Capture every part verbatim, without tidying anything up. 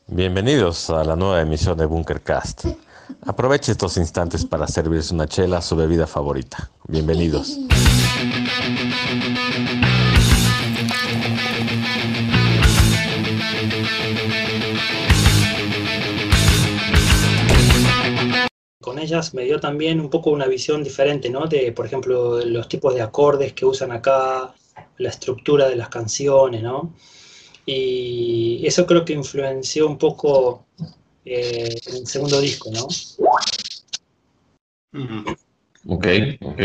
Bienvenidos a la nueva emisión de Bunkercast. Aproveche estos instantes para servirse una chela, su bebida favorita. Bienvenidos. Con ellas me dio también un poco una visión diferente, ¿no? De, por ejemplo, los tipos de acordes que usan acá, la estructura de las canciones, ¿no? Y eso creo que influenció un poco eh, en el segundo disco, ¿no? Ujú. Ok, ok.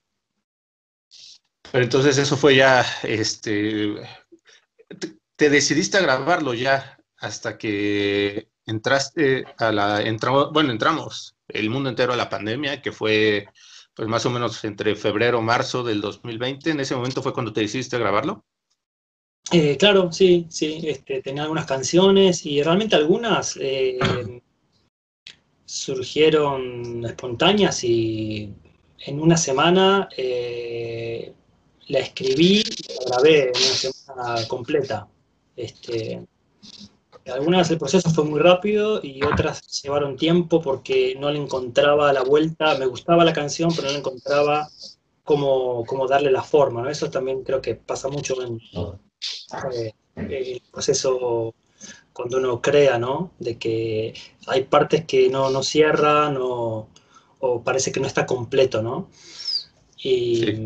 Pero entonces eso fue ya, este, te, te decidiste a grabarlo ya hasta que entraste a la, entramos, bueno, entramos el mundo entero a la pandemia, que fue pues más o menos entre febrero, marzo del dos mil veinte. En ese momento fue cuando te decidiste a grabarlo. Eh, claro, sí, sí, este, tenía algunas canciones y realmente algunas eh, surgieron espontáneas y en una semana eh, la escribí y la grabé en una semana completa. Este, algunas el proceso fue muy rápido y otras llevaron tiempo porque no le encontraba la vuelta. Me gustaba la canción, pero no le encontraba cómo, cómo darle la forma, ¿no? Eso también creo que pasa mucho en eh, el proceso cuando uno crea, ¿no? De que hay partes que no, no cierran o, o parece que no está completo, ¿no? Sí. Y,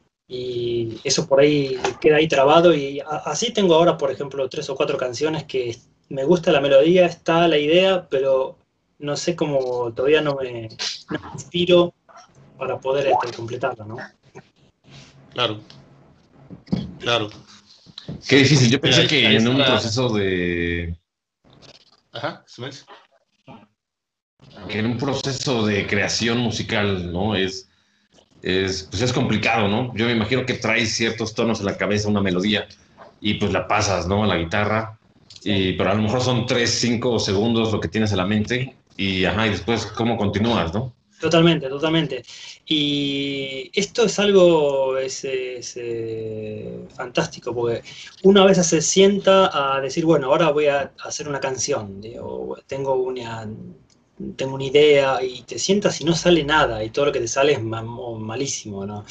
y eso por ahí queda ahí trabado y a- así tengo ahora, por ejemplo, tres o cuatro canciones que me gusta la melodía, está la idea, pero no sé cómo, todavía no me, no me inspiro para poder este, completarla, ¿no? Claro, claro. Qué difícil. Yo Mira, pensé ahí, que ahí en un está. proceso de, Ajá, ¿sí ves? que en un proceso de creación musical, ¿no? Es, es, pues es complicado, ¿no? Yo me imagino que traes ciertos tonos en la cabeza, una melodía, y pues la pasas, ¿no? A la guitarra, Sí. y, pero a lo mejor son tres, cinco segundos lo que tienes en la mente, y ajá, y después cómo continúas, ¿no? Totalmente, totalmente. Y esto es algo es, es, eh, fantástico, porque uno a veces se sienta a decir, bueno, ahora voy a hacer una canción, digo, tengo una, tengo una idea, y te sientas y no sale nada, y todo lo que te sale es ma- mo- malísimo, ¿no?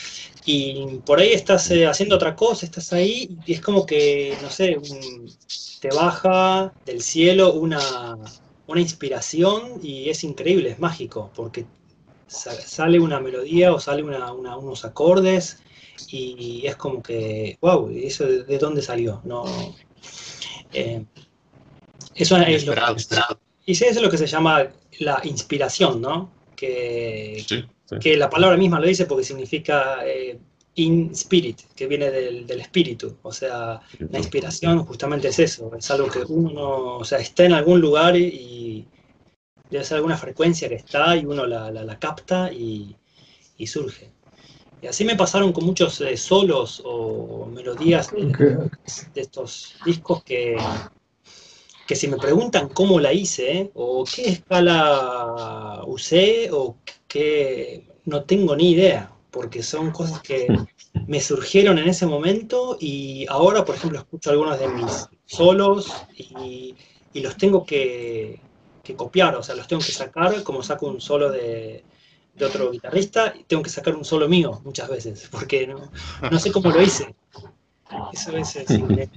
Y por ahí estás eh, haciendo otra cosa, estás ahí, y es como que, no sé, un- te baja del cielo una, una inspiración y es increíble, es mágico, porque sa- sale una melodía o sale una- una- unos acordes y es como que, wow, ¿eso de, de dónde salió? No, eh, eso es lo que, Inesperado. y sí, eso es lo que se llama la inspiración, ¿no? Que, Sí, sí. que la palabra misma lo dice porque significa eh, in spirit, que viene del, del espíritu. O sea, la inspiración justamente es eso, es algo que uno no, o sea, está en algún lugar y debe ser alguna frecuencia que está y uno la, la- la capta y, y surge. Y así me pasaron con muchos eh, solos o melodías de, Ok. de estos discos que, que si me preguntan cómo la hice, o qué escala usé, o qué, no tengo ni idea, porque son cosas que me surgieron en ese momento y ahora, por ejemplo, escucho algunos de mis solos y, y los tengo que, que copiar, o sea, los tengo que sacar como saco un solo de, de otro guitarrista, y tengo que sacar un solo mío muchas veces, porque no, no sé cómo lo hice. Eso es, es increíble.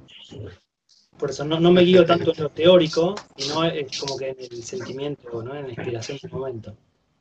Por eso no, no me guío tanto en lo teórico, sino es como que en el sentimiento, ¿no? En la inspiración del momento.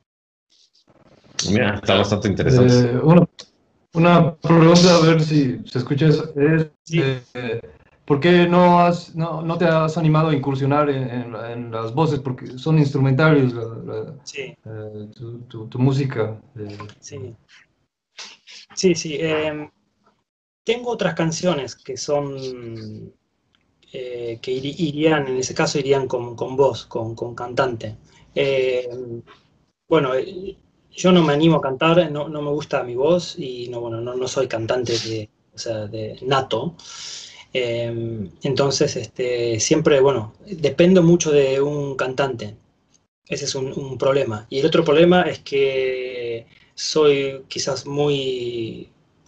Mira, está bastante interesante. Eh, una, una pregunta, a ver si se escucha eso, es, Sí, eh, ¿por qué no, has, no, no te has animado a incursionar en, en la- en las voces? Porque son instrumentales la, la- sí, eh, tu, tu- tu música. eh. sí. Sí, sí. eh, tengo otras canciones que son, eh, que iri- irían, en ese caso irían con, con voz, con, con cantante. Eh, bueno, eh, yo no me animo a cantar, no, no me gusta mi voz y no, bueno, no, no soy cantante de, o sea, de nato. Eh, entonces, este, siempre, bueno, dependo mucho de un cantante. Ese es un, un problema. Y el otro problema es que soy quizás muy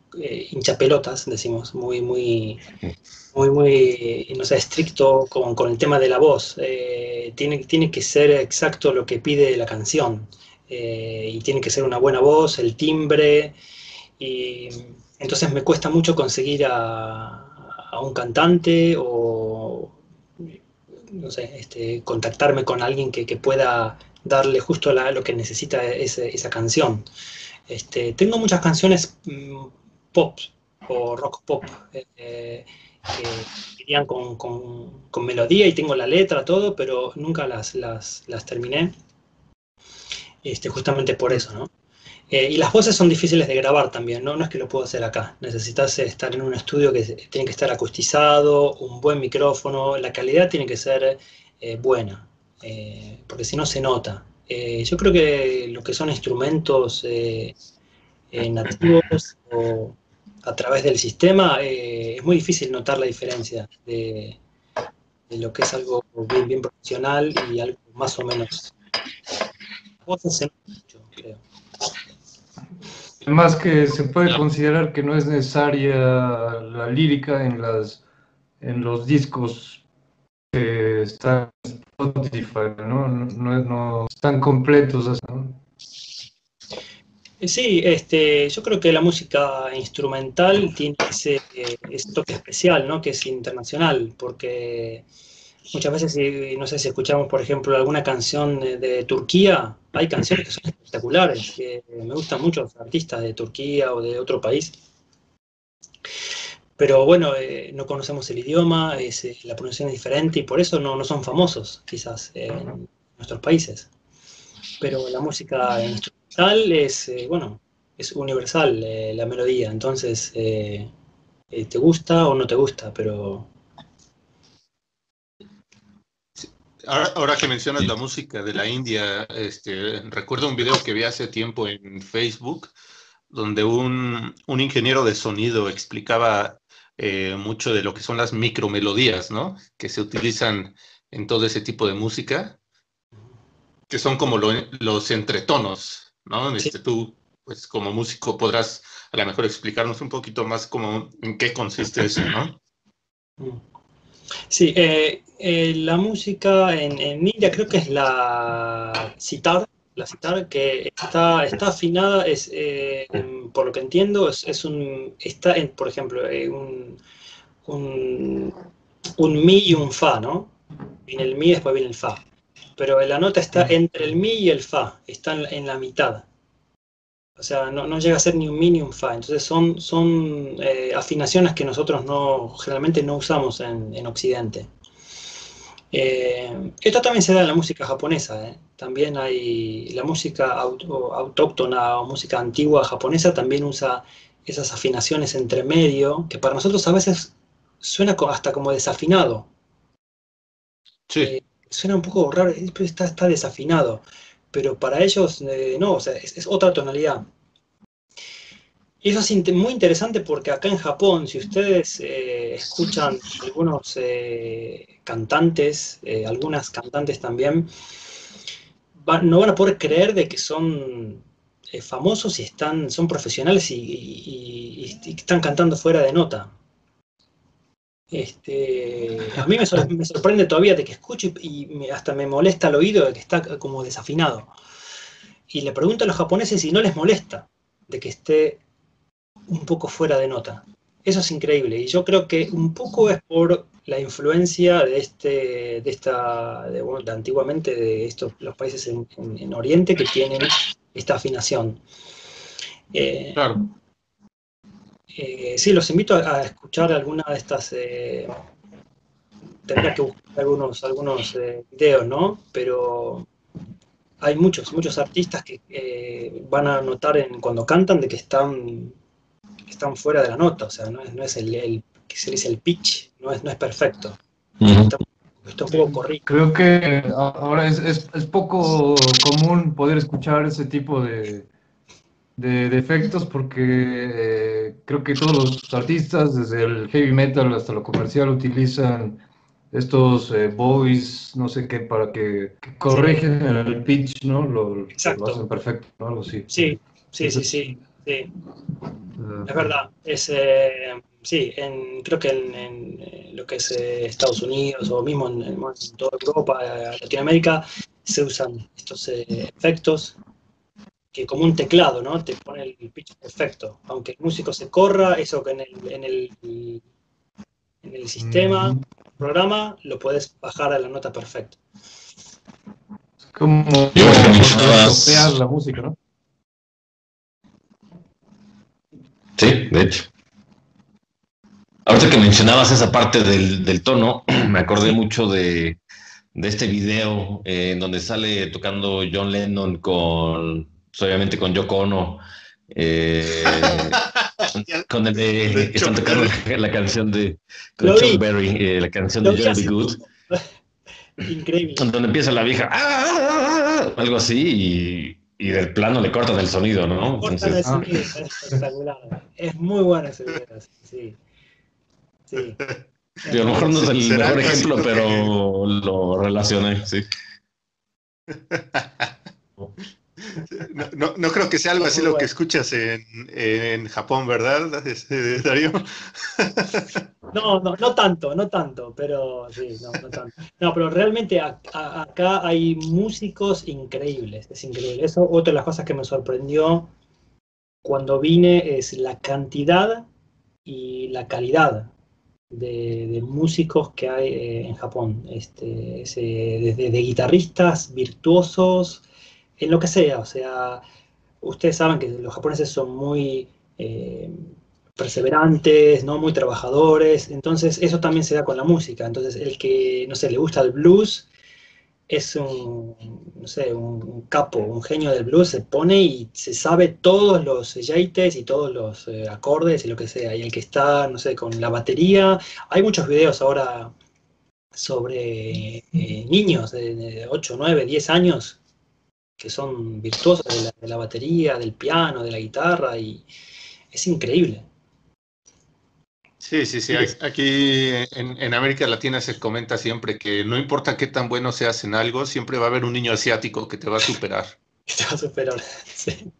eh, hinchapelotas, decimos, muy, muy, muy, muy, no sé, estricto con, con el tema de la voz. Eh, tiene, tiene que ser exacto lo que pide la canción. Eh, y tiene que ser una buena voz, el timbre. Y entonces me cuesta mucho conseguir a, a un cantante o, no sé, este, contactarme con alguien que, que pueda darle justo la, lo que necesita ese, esa canción. Este, tengo muchas canciones mmm, pop o rock pop eh, que irían con, con, con melodía y tengo la letra, todo, pero nunca las, las, las terminé, este, justamente por eso, ¿no? Eh, y las voces son difíciles de grabar también, ¿no? No es que lo puedo hacer acá. Necesitas estar en un estudio que tiene que estar acustizado, un buen micrófono, la calidad tiene que ser eh, buena, eh, porque si no se nota. Eh, yo creo que lo que son instrumentos eh, eh, nativos o a través del sistema, eh, es muy difícil notar la diferencia de, de lo que es algo bien, bien profesional y algo más o menos. Las voces se notan mucho, creo. Además que se puede considerar que no es necesaria la lírica en, las, en los discos que están en Spotify, ¿no? No, no, no están completos, ¿no? Sí, este, yo creo que la música instrumental tiene ese, ese toque especial, ¿no? Que es internacional, porque muchas veces, si- no sé si escuchamos, por ejemplo, alguna canción de, de Turquía, hay canciones que son espectaculares, que me gustan mucho los artistas de Turquía o de otro país, pero bueno, eh, no conocemos el idioma, es, eh, la pronunciación es diferente y por eso no, no son famosos, quizás, en nuestros países. Pero la música instrumental es, eh, bueno, es universal, eh, la melodía, entonces eh, eh, te gusta o no te gusta, pero Ahora, ahora que mencionas la música de la India, este, recuerdo un video que vi hace tiempo en Facebook, donde un, un ingeniero de sonido explicaba eh, mucho de lo que son las micromelodías, ¿no? Que se utilizan en todo ese tipo de música, que son como lo- los entretonos, ¿no? sí. Este, tú, pues como músico, podrás a lo mejor explicarnos un poquito más cómo, en qué consiste eso, ¿no? Sí, eh, eh, la música en, en India creo que es la sitar, la sitar que está, está afinada, es, eh, por lo que entiendo, es, es un, está en, por ejemplo, eh, un, un, un mi y un fa, ¿no? Viene el mi, después viene el fa. Pero la nota está entre el mi y el fa, está en, en la mitad. O sea, no, no llega a ser ni un mi ni un fa. Entonces son, son eh, afinaciones que nosotros no, generalmente no usamos en, en Occidente. Eh, esto también se da en la música japonesa, ¿eh? También hay la música auto- autóctona o música antigua japonesa también usa esas afinaciones entre medio, que para nosotros a veces suena co- hasta como desafinado. Sí, Eh, suena un poco raro, eh, pero está, está desafinado, pero para ellos eh, no, o sea, es, es otra tonalidad. Y eso es inte- muy interesante porque acá en Japón, si ustedes eh, escuchan algunos eh, cantantes, eh, algunas cantantes también, va- no van a poder creer de que son eh, famosos y están, son profesionales y, y- y- y están cantando fuera de nota. Este, a mí me, sor- me sorprende todavía de que escucho y, y me- hasta me molesta el oído de que está como desafinado. Y le pregunto a los japoneses si no les molesta de que esté un poco fuera de nota. Eso es increíble y yo creo que un poco es por la influencia de este, de esta, de, bueno, de antiguamente de estos los países en, en- en Oriente que tienen esta afinación. Eh, claro. eh, sí, los invito a, a escuchar alguna de estas. Eh, tendría que buscar algunos, algunos eh, videos, ¿no? Pero hay muchos, muchos artistas que eh, van a notar en, cuando cantan de que están están fuera de la nota, o sea, no es, no es el, el que se le dice el pitch, no es, no es perfecto. Está, está un poco corrido. Creo que a- ahora es, es, es poco común poder escuchar ese tipo de, de, de efectos porque eh, creo que todos los artistas, desde el heavy metal hasta lo comercial, utilizan estos eh, voice, no sé qué, para que, que Sí, corrigen el pitch, ¿no? Lo, lo exacto. hacen perfecto, ¿no? Algo así. Sí, sí, sí, Entonces, sí. Sí, es verdad. Es, eh, sí, en, creo que en, en lo que es eh, Estados Unidos o mismo en, en toda Europa, eh, Latinoamérica, se usan estos eh, efectos que como un teclado, ¿no? Te pone el pitch perfecto. Aunque el músico se corra, eso que en el, en el, en el sistema, Mm, programa, lo puedes bajar a la nota perfecta. como Y ahora que estropear mencionabas, la música, ¿no? sí, de hecho. Ahorita que mencionabas esa parte del, del tono, me acordé Sí. mucho de, de este video eh, en donde sale tocando John Lennon con, pues, obviamente con Yoko Ono, eh, con el de, De están Chuck tocando Berry. la, la canción de con Lo Chuck vi, Berry, eh, la canción lo de vi Johnny B. hace Good, poco. Increíble. donde empieza la vieja, "Ah", algo así, y, y del plano le cortan el sonido, ¿no? Cortan el Entonces, Ah, sonido, es espectacular. Es muy bueno ese video, sí, sí. a Es lo muy mejor no es bueno. el ¿Será mejor algo así ejemplo, lo que... pero lo relacioné, sí. No, no, no creo que sea algo Es así muy lo que bueno. escuchas en, en Japón, ¿verdad, este, Darío? No, no, no tanto, no tanto, pero sí, no, no tanto. No, pero realmente a- a- acá hay músicos increíbles, es increíble. Eso, otra de las cosas que me sorprendió cuando vine es la cantidad y la calidad de, de músicos que hay eh, en Japón. Este, ese- desde de guitarristas virtuosos, en lo que sea. O sea, ustedes saben que los japoneses son muy eh, perseverantes, ¿no? Muy trabajadores. Entonces, eso también se da con la música. Entonces, el que, no sé, le gusta el blues es un, no sé, un, un capo, un genio del blues, se pone y se sabe todos los yeites y todos los eh, acordes y lo que sea. Y el que está, no sé, con la batería. Hay muchos videos ahora sobre eh, niños de, de ocho, nueve, diez años que son virtuosos de la, de la batería, del piano, de la guitarra, y es increíble. Sí, sí, sí. Sí, ac- Aquí en, en América Latina se comenta siempre que no importa qué tan bueno seas en algo, siempre va a haber un niño asiático que te va a superar. te va a superar. Sí.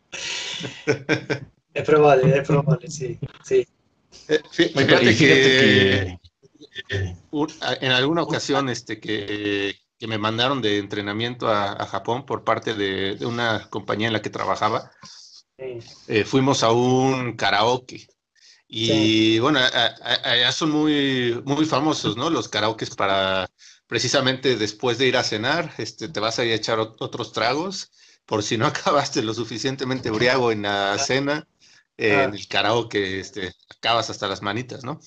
Es probable, es probable, sí. Sí, Eh, fí- Oye, pero- y Fíjate fíjate que que un- a- en alguna ocasión este, que, que me mandaron de entrenamiento a, a Japón por parte de, de una compañía en la que trabajaba, sí, eh, fuimos a un karaoke. sí, Y bueno, a- a- allá son muy, muy famosos, ¿no? Los karaokes para precisamente después de ir a cenar, este, te vas a ir a echar ot- otros tragos, por si no acabaste lo suficientemente briago en la cena, eh, en ah, el karaoke, este, acabas hasta las manitas, ¿no?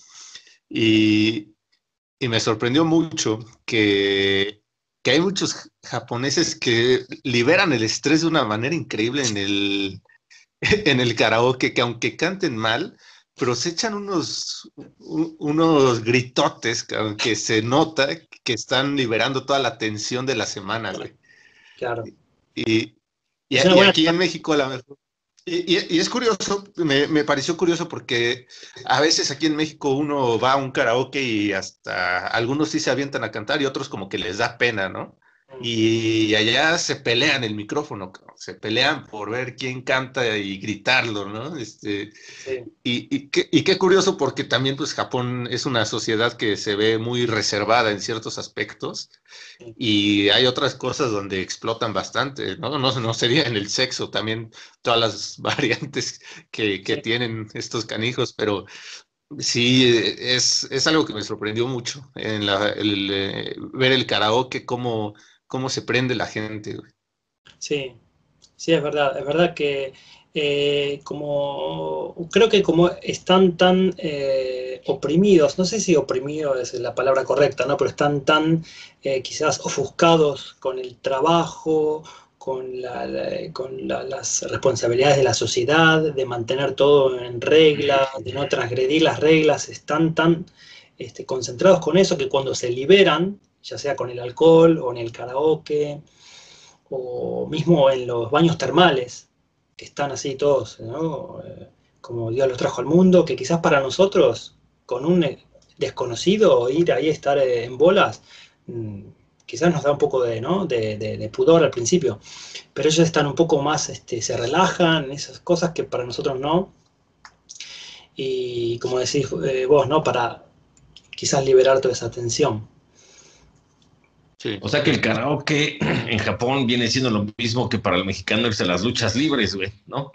Y, y me sorprendió mucho que, que hay muchos japoneses que liberan el estrés de una manera increíble en el, en el karaoke, que aunque canten mal, pero se echan unos, u- unos gritotes que, aunque se nota que están liberando toda la tensión de la semana, güey. claro. Y, y, Es una y buena aquí en terapia. México a la mejor. Y, y- y es curioso, me, me pareció curioso porque a veces aquí en México uno va a un karaoke y hasta algunos sí se avientan a cantar y otros como que les da pena, ¿no? Y allá se pelean el micrófono, cabrón, se pelean por ver quién canta y gritarlo, ¿no? Este, Sí, y, y, qué, y qué curioso porque también pues Japón es una sociedad que se ve muy reservada en ciertos aspectos sí, y hay otras cosas donde explotan bastante, ¿no? No, no sería en el sexo, también todas las variantes que, que sí, tienen estos canijos, pero sí, es, es algo que me sorprendió mucho en la, el, eh, ver el karaoke, cómo, cómo se prende la gente, güey. sí. Sí, es verdad, es verdad que eh, como creo que como están tan eh, oprimidos, no sé si oprimido es la palabra correcta, ¿no? Pero están tan eh, quizás ofuscados con el trabajo, con, la- la- con la- las responsabilidades de la sociedad, de mantener todo en regla, de no transgredir las reglas, están tan este, concentrados con eso que cuando se liberan, ya sea con el alcohol o en el karaoke, o mismo en los baños termales, que están así todos, ¿no? Eh, como Dios los trajo al mundo, que quizás para nosotros, con un eh, desconocido, ir ahí a estar eh, en bolas, mm, quizás nos da un poco de, ¿no? de, de, de pudor al principio, pero ellos están un poco más, este, se relajan, esas cosas que para nosotros no, y como decís eh, vos, ¿no? Para quizás liberar toda esa tensión. Sí. O sea que el karaoke en Japón viene siendo lo mismo que para el mexicano irse a las luchas libres, güey, ¿no?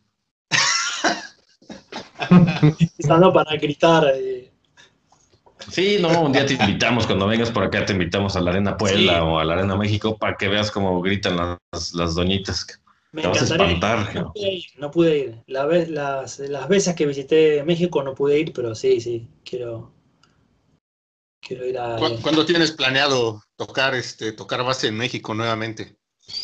Quizás no para gritar. Eh. Sí, no, un día te invitamos, cuando vengas por acá te invitamos a la Arena Puebla Sí. o a la Arena México para que veas cómo gritan las, las doñitas. Me Te vas a encantaría. espantar. No pude ir, no pude ir. La vez, las, las veces que visité México no pude ir, pero sí, sí, quiero, quiero ir a... ¿Cu- ¿Cuándo tienes planeado tocar, este, tocar base en México nuevamente?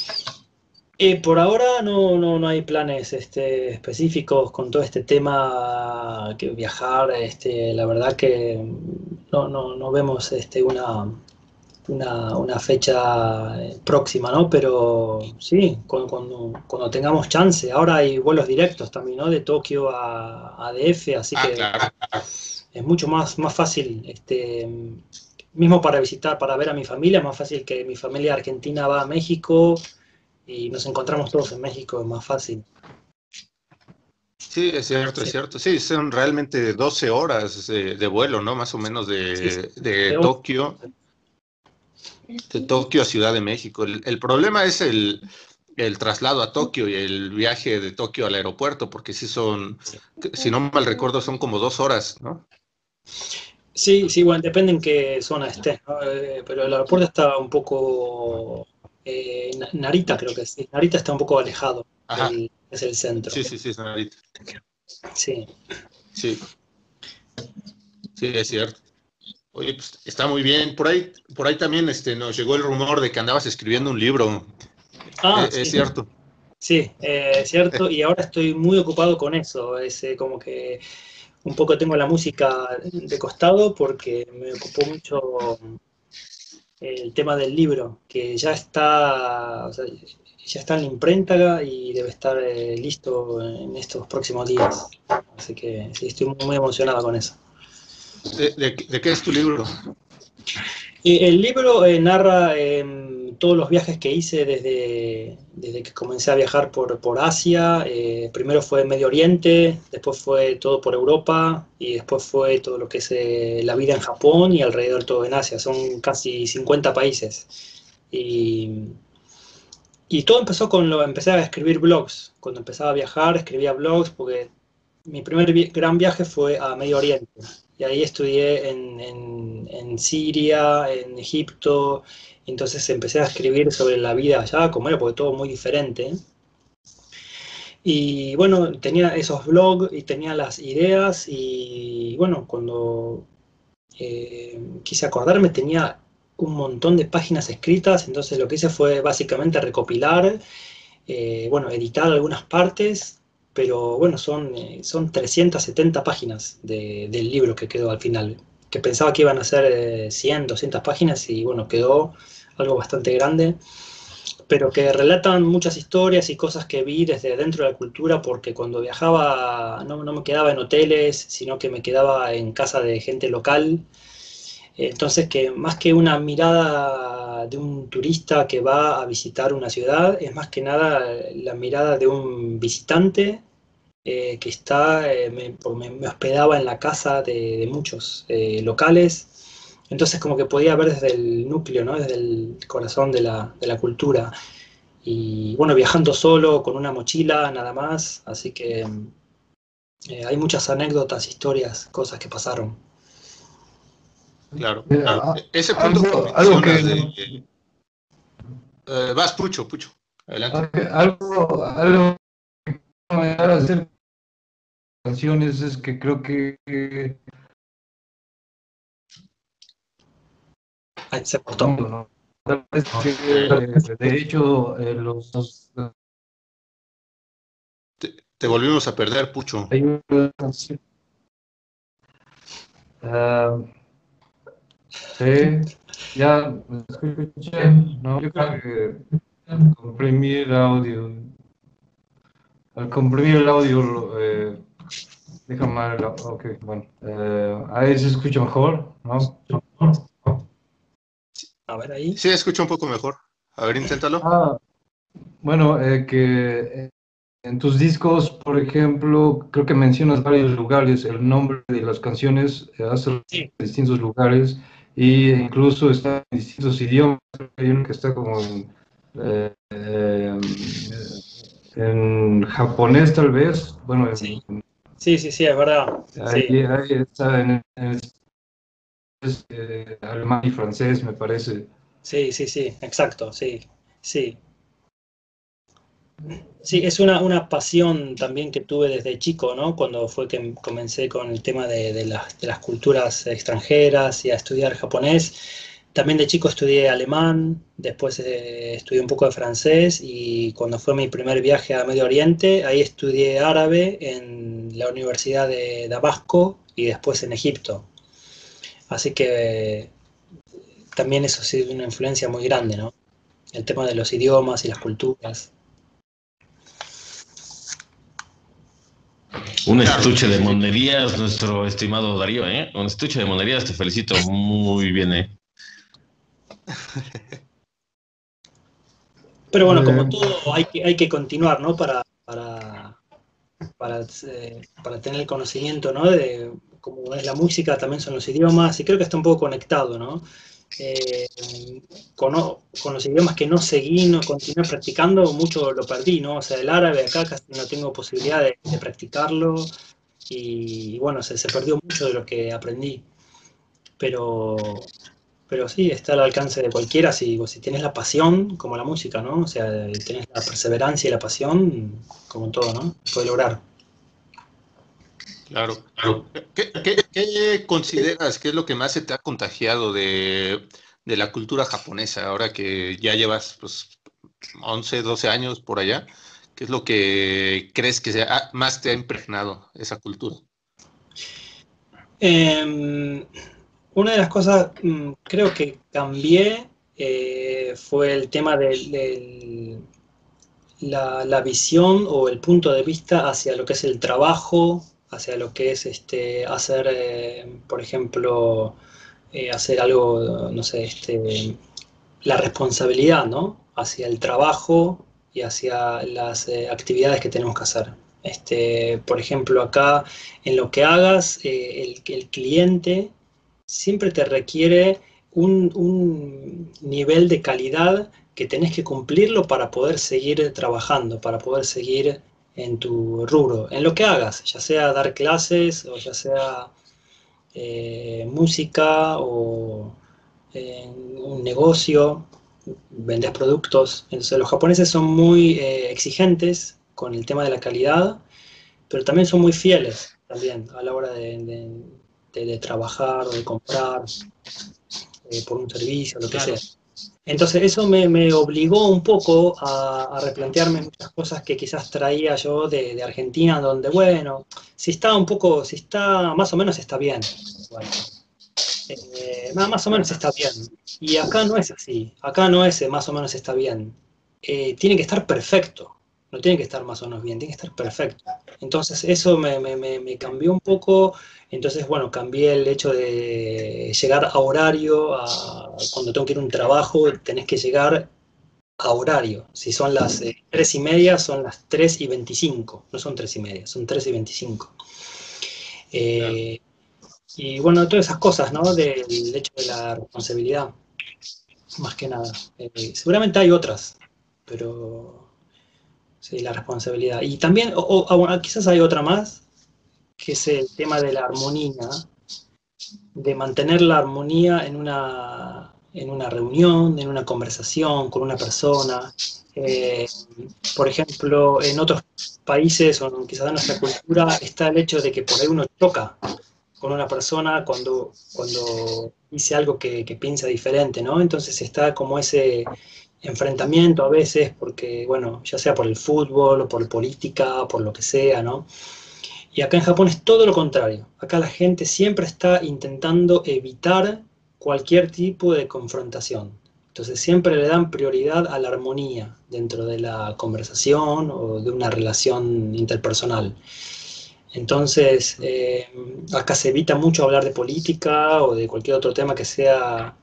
Eh, por ahora no, no, no hay planes este, específicos con todo este tema que viajar. Este, la verdad que no, no, no vemos este, una, una, una fecha eh, próxima, ¿no? Pero sí, cuando, cuando, cuando tengamos chance. Ahora hay vuelos directos también, ¿no? De Tokio a, a D F, así Ah, que claro. es mucho más, más fácil, este, mismo para visitar, para ver a mi familia, más fácil que mi familia argentina va a México y nos encontramos todos en México, es más fácil. Sí, es cierto, Sí. es cierto. Sí, son realmente doce horas de, de vuelo, ¿no? Más o menos de, Sí, sí. de De Tokio, de Tokio a Ciudad de México. El, el problema es el, el traslado a Tokio y el viaje de Tokio al aeropuerto, porque sí son, si no mal recuerdo, son como dos horas, ¿no? Sí, sí, bueno, depende en qué zona estés, ¿no? Eh, pero el aeropuerto está un poco... eh, Na- Narita creo que sí. Narita está un poco alejado, Ajá. del, es el centro. Sí, sí, sí, señorita. Sí. Sí, sí, es cierto. Oye, pues está muy bien. Por ahí, por ahí también este, nos llegó el rumor de que andabas escribiendo un libro. Ah, Es, sí. es cierto. Sí, eh, es cierto, y ahora estoy muy ocupado con eso. Es eh, como que un poco tengo la música de costado porque me ocupó mucho el tema del libro, que ya está, o sea, ya está en la imprenta y debe estar eh, listo en estos próximos días. Así que sí, estoy muy emocionado con eso. ¿De, de, de qué es tu libro? Y el libro eh, narra eh, todos los viajes que hice desde, desde que comencé a viajar por, por Asia. Eh, primero fue Medio Oriente, después fue todo por Europa y después fue todo lo que es eh, la vida en Japón y alrededor todo en Asia. Son casi cincuenta países. Y, y todo empezó con lo, empecé a escribir blogs. Cuando empezaba a viajar, escribía blogs porque mi primer vi- gran viaje fue a Medio Oriente. Y ahí estudié en, en- en Siria, en Egipto. Y entonces empecé a escribir sobre la vida allá, como era, porque todo muy diferente. Y bueno, tenía esos blogs y tenía las ideas. Y bueno, cuando eh, quise acordarme, tenía un montón de páginas escritas. Entonces lo que hice fue básicamente recopilar, eh, bueno, editar algunas partes, pero bueno, son, eh, son trescientas setenta páginas de- del libro que quedó al final, que pensaba que iban a ser eh, cien, doscientas páginas y bueno, quedó algo bastante grande, pero que relatan muchas historias y cosas que vi desde dentro de la cultura, porque cuando viajaba no, no me quedaba en hoteles, sino que me quedaba en casa de gente local. Entonces, que más que una mirada de un turista que va a visitar una ciudad, es más que nada la mirada de un visitante eh, que está, eh, me, me- me hospedaba en la casa de, de muchos eh, locales. Entonces, como que podía ver desde el núcleo, ¿no? Desde el corazón de la, de la cultura. Y bueno, viajando solo, con una mochila, nada más. Así que eh, hay muchas anécdotas, historias, cosas que pasaron. Claro. Eh, Ah, a- e- ese punto que algo, algo mencionas de... que, eh, vas, Pucho, Pucho. Adelante. algo, algo que me da a hacer canciones es que creo que Ay, se cortó. mundo, ¿no? Tal vez que, eh, de hecho, eh, los, los- Te, te volvimos a perder, Pucho. hay una canción, ah, sí, ya me escuchan, ¿no? Yo creo que comprimí el audio. Al comprimir el audio, lo, eh, deja mal, el au- ok, bueno, eh, ahí se escucha mejor, ¿no? A ver ahí. Sí, escucho un poco mejor. A ver, inténtalo. Ah, bueno, eh, que eh, en tus discos, por ejemplo, creo que mencionas varios lugares, el nombre de las canciones eh, hace Sí, distintos lugares e incluso está en distintos idiomas. Hay uno que está como en, eh, eh, en japonés tal vez, bueno, sí, en- sí, sí, sí, es verdad. ahí, Sí, ahí está en, en eh, alemán y francés, me parece. sí, sí, sí, exacto, sí, sí. Sí, es una, una pasión también que tuve desde chico, ¿no? Cuando fue que comencé con el tema de, de las, de las culturas extranjeras y a estudiar japonés. También de chico estudié alemán, después eh, estudié un poco de francés y cuando fue mi primer viaje a Medio Oriente, ahí estudié árabe en la Universidad de Damasco y después en Egipto. Así que también eso ha sido una influencia muy grande, ¿no? El tema de los idiomas y las culturas. Un Claro, estuche sí, de sí, sí. monerías, nuestro estimado Darío, ¿eh? Un estuche de monerías, te felicito muy bien, ¿eh? Pero bueno, como Eh, todo, hay que, hay que continuar, ¿no? Para, para, para, eh, para tener el conocimiento, ¿no? De cómo es la música, también son los idiomas, y creo que está un poco conectado, ¿no? Eh, con, con los idiomas que no seguí, no continué practicando, mucho lo perdí, ¿no? O sea, el árabe acá casi no tengo posibilidad de, de practicarlo, y, y bueno, se, se perdió mucho de lo que aprendí. Pero, pero sí, está al alcance de cualquiera si, si tienes la pasión, como la música, ¿no? O sea, tienes la perseverancia y la pasión, como todo, ¿no? Puedes lograr. Claro. ¿Qué, qué- qué consideras que es lo que más se te ha contagiado de, de la cultura japonesa ahora que ya llevas pues once, doce años por allá? ¿Qué es lo que crees que se ha- más te ha impregnado esa cultura? Eh, una de las cosas, mm, creo que cambié, eh, fue el tema del, del- la, la visión o el punto de vista hacia lo que es el trabajo, hacia lo que es este, hacer, eh, por ejemplo, eh, hacer algo, no sé, este, la responsabilidad, ¿no? Hacia el trabajo y hacia las eh, actividades que tenemos que hacer. Este, por ejemplo, acá en lo que hagas, eh, el, el cliente siempre te requiere un, un nivel de calidad que tenés que cumplirlo para poder seguir trabajando, para poder seguir en tu rubro, en lo que hagas, ya sea dar clases o ya sea eh, música o en un negocio, vendes productos. Entonces los japoneses son muy eh, exigentes con el tema de la calidad, pero también son muy fieles también a la hora de, de- de- de trabajar o de comprar eh, por un servicio, lo que sea. Claro. Entonces eso me, me obligó un poco a, a replantearme muchas cosas que quizás traía yo de, de Argentina, donde, bueno, si está un poco, si está más o menos está bien. Igual. Eh, nada, más o menos está bien. Y acá no es así. Acá no es eh, más o menos está bien. Eh, tiene que estar perfecto. No tiene que estar más o menos bien, tiene que estar perfecto. Entonces eso me, me- me- me cambió un poco. Entonces, bueno, cambié el hecho de llegar a horario. A- cuando tengo que ir a un trabajo, tenés que llegar a horario. Si son las eh, tres y media, son las tres y veinticinco. No son tres y media, son tres y veinticinco. Claro. Eh, y bueno, todas esas cosas, ¿no? Del hecho de la responsabilidad, más que nada. Eh, seguramente hay otras, pero sí, la responsabilidad. Y también, o, o- ah, bueno, quizás hay otra más, que es el tema de la armonía, de mantener la armonía en una, en una reunión, en una conversación con una persona. Eh, por ejemplo, en otros países o quizás en nuestra cultura está el hecho de que por ahí uno choca con una persona cuando, cuando dice algo que, que piensa diferente, ¿no? Entonces está como ese enfrentamiento a veces, porque, bueno, ya sea por el fútbol o por política, por lo que sea, ¿no? Y acá en Japón es todo lo contrario. Acá la gente siempre está intentando evitar cualquier tipo de confrontación. Entonces siempre le dan prioridad a la armonía dentro de la conversación o de una relación interpersonal. Entonces, eh, acá se evita mucho hablar de política o de cualquier otro tema que sea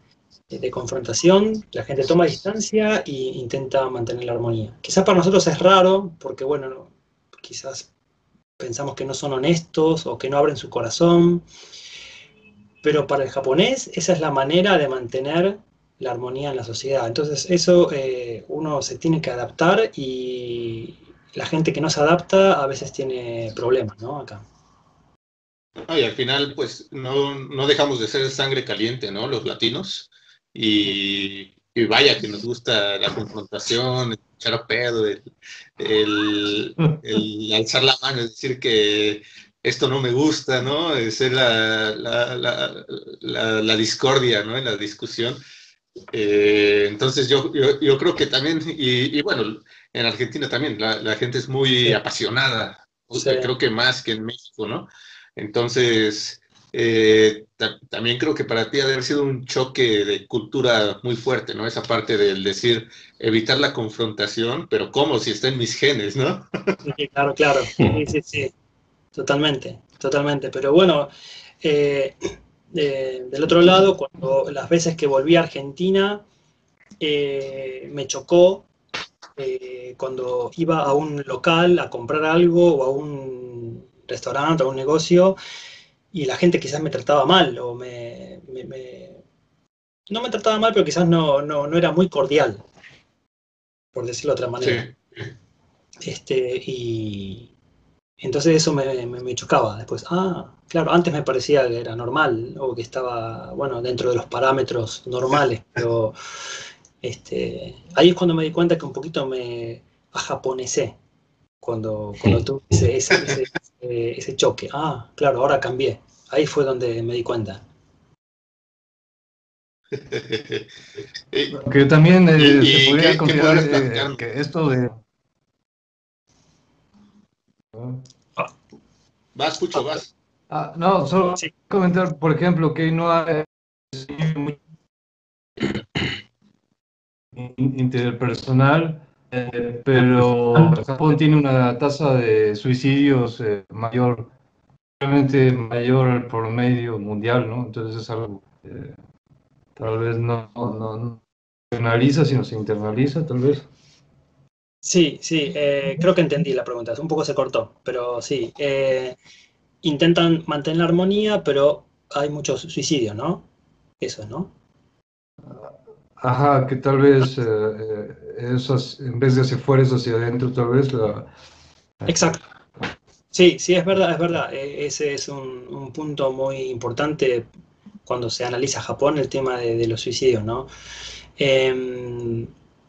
de confrontación, la gente toma distancia e intenta mantener la armonía. Quizás para nosotros es raro, porque bueno, no, quizás pensamos que no son honestos o que no abren su corazón, pero para el japonés esa es la manera de mantener la armonía en la sociedad. Entonces eso eh, uno se tiene que adaptar y la gente que no se adapta a veces tiene problemas, ¿no? Acá. No, y al final, pues, no, no dejamos de ser sangre caliente, ¿no? Los latinos. Y, y vaya que nos gusta la confrontación, el echar a pedo, el, el, el alzar la mano, es decir que esto no me gusta, ¿no? Es la, la, la, la, la discordia, ¿no? En la discusión. Eh, entonces yo, yo, yo creo que también, y, y bueno, en Argentina también, la, la gente es muy Sí. apasionada, Sí. creo que más que en México, ¿no? Entonces, eh, ta también creo que para ti ha de haber sido un choque de cultura muy fuerte, ¿no? Esa parte del decir, evitar la confrontación, pero ¿cómo? Si está en mis genes, ¿no? Sí, claro, claro. Sí, sí, sí. Totalmente, totalmente. Pero bueno, eh, eh, del otro lado, cuando las veces que volví a Argentina, eh, me chocó eh, cuando iba a un local a comprar algo o a un restaurante o a un negocio y la gente quizás me trataba mal o me, me, me no me trataba mal, pero quizás no, no, no era muy cordial, por decirlo de otra manera. Sí. Este, y entonces eso me, me, me chocaba. Después, ah, claro, antes me parecía que era normal o que estaba, bueno, dentro de los parámetros normales, pero este, ahí es cuando me di cuenta que un poquito me ajaponesé, cuando, cuando tuve ese, ese, ese, ese, ese choque. Ah, claro, ahora cambié. Ahí fue donde me di cuenta. Que también eh, ¿Y, se y podría qué, qué considerar podrías eh, platicarnos? que esto de... ¿no? Vas, Pucho, vas. Ah, no, solo Sí. comentar, por ejemplo, que no hay interpersonal, eh, pero Japón tiene una tasa de suicidios eh, mayor, realmente mayor al promedio mundial, ¿no? Entonces es algo eh, tal vez no, no, no se internaliza, sino se internaliza, tal vez. Sí, sí, eh, creo que entendí la pregunta. Un poco se cortó, pero sí. Eh, intentan mantener la armonía, pero hay muchos suicidios, ¿no? Eso, ¿no? Ajá, que tal vez eh, eh, esas, en vez de hacia afuera, es hacia adentro, tal vez la... Exacto. Sí, sí, es verdad, es verdad. Eh, ese es un, un punto muy importante cuando se analiza Japón, el tema de, de los suicidios, ¿no? Eh,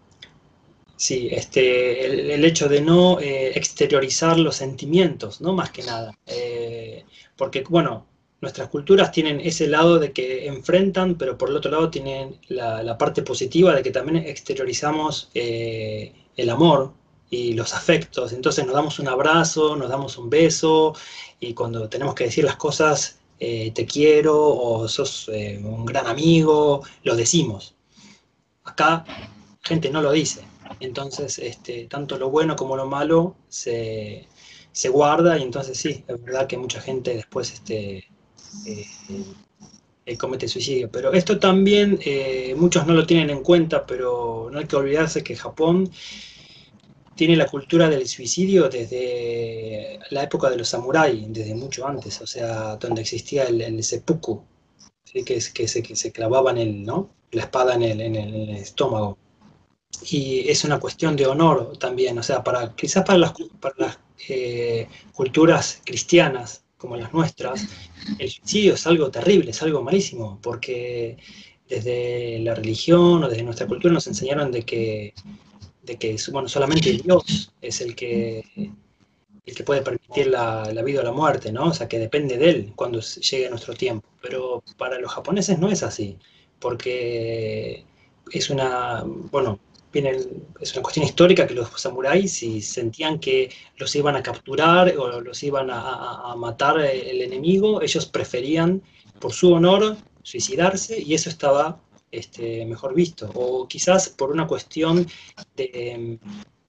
sí, este, el, el hecho de no eh, exteriorizar los sentimientos, ¿no? Más que nada. Eh, porque, bueno, nuestras culturas tienen ese lado de que enfrentan, pero por el otro lado tienen la, la parte positiva de que también exteriorizamos eh, el amor y los afectos. Entonces nos damos un abrazo, nos damos un beso, y cuando tenemos que decir las cosas, eh, te quiero o sos eh, un gran amigo, lo decimos. Acá gente no lo dice. Entonces, este, tanto lo bueno como lo malo se, se guarda y entonces sí, es verdad que mucha gente después este, eh, eh, comete suicidio. Pero esto también eh, muchos no lo tienen en cuenta, pero no hay que olvidarse que Japón tiene la cultura del suicidio desde la época de los samuráis, desde mucho antes, o sea, donde existía el, el seppuku, ¿sí? que, es, que, se, que se clavaban el, ¿no? la espada en el, en el, en el estómago. Y es una cuestión de honor también, o sea, para, quizás para las, para las eh, culturas cristianas como las nuestras, el suicidio es algo terrible, es algo malísimo, porque desde la religión o desde nuestra cultura nos enseñaron de que, de que bueno, solamente Dios es el que, el que puede permitir la, la vida o la muerte, ¿no? O sea, que depende de él cuando llegue nuestro tiempo. Pero para los japoneses no es así, porque es una, bueno, viene, es una cuestión histórica que los samuráis, si sentían que los iban a capturar o los iban a, a, a matar el enemigo, ellos preferían, por su honor, suicidarse y eso estaba este, mejor visto. O quizás por una cuestión de,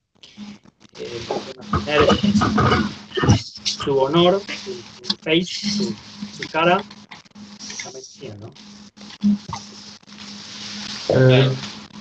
de, de mantener su, su honor, su, su face, su, su cara, esa mentira, ¿no? Eh,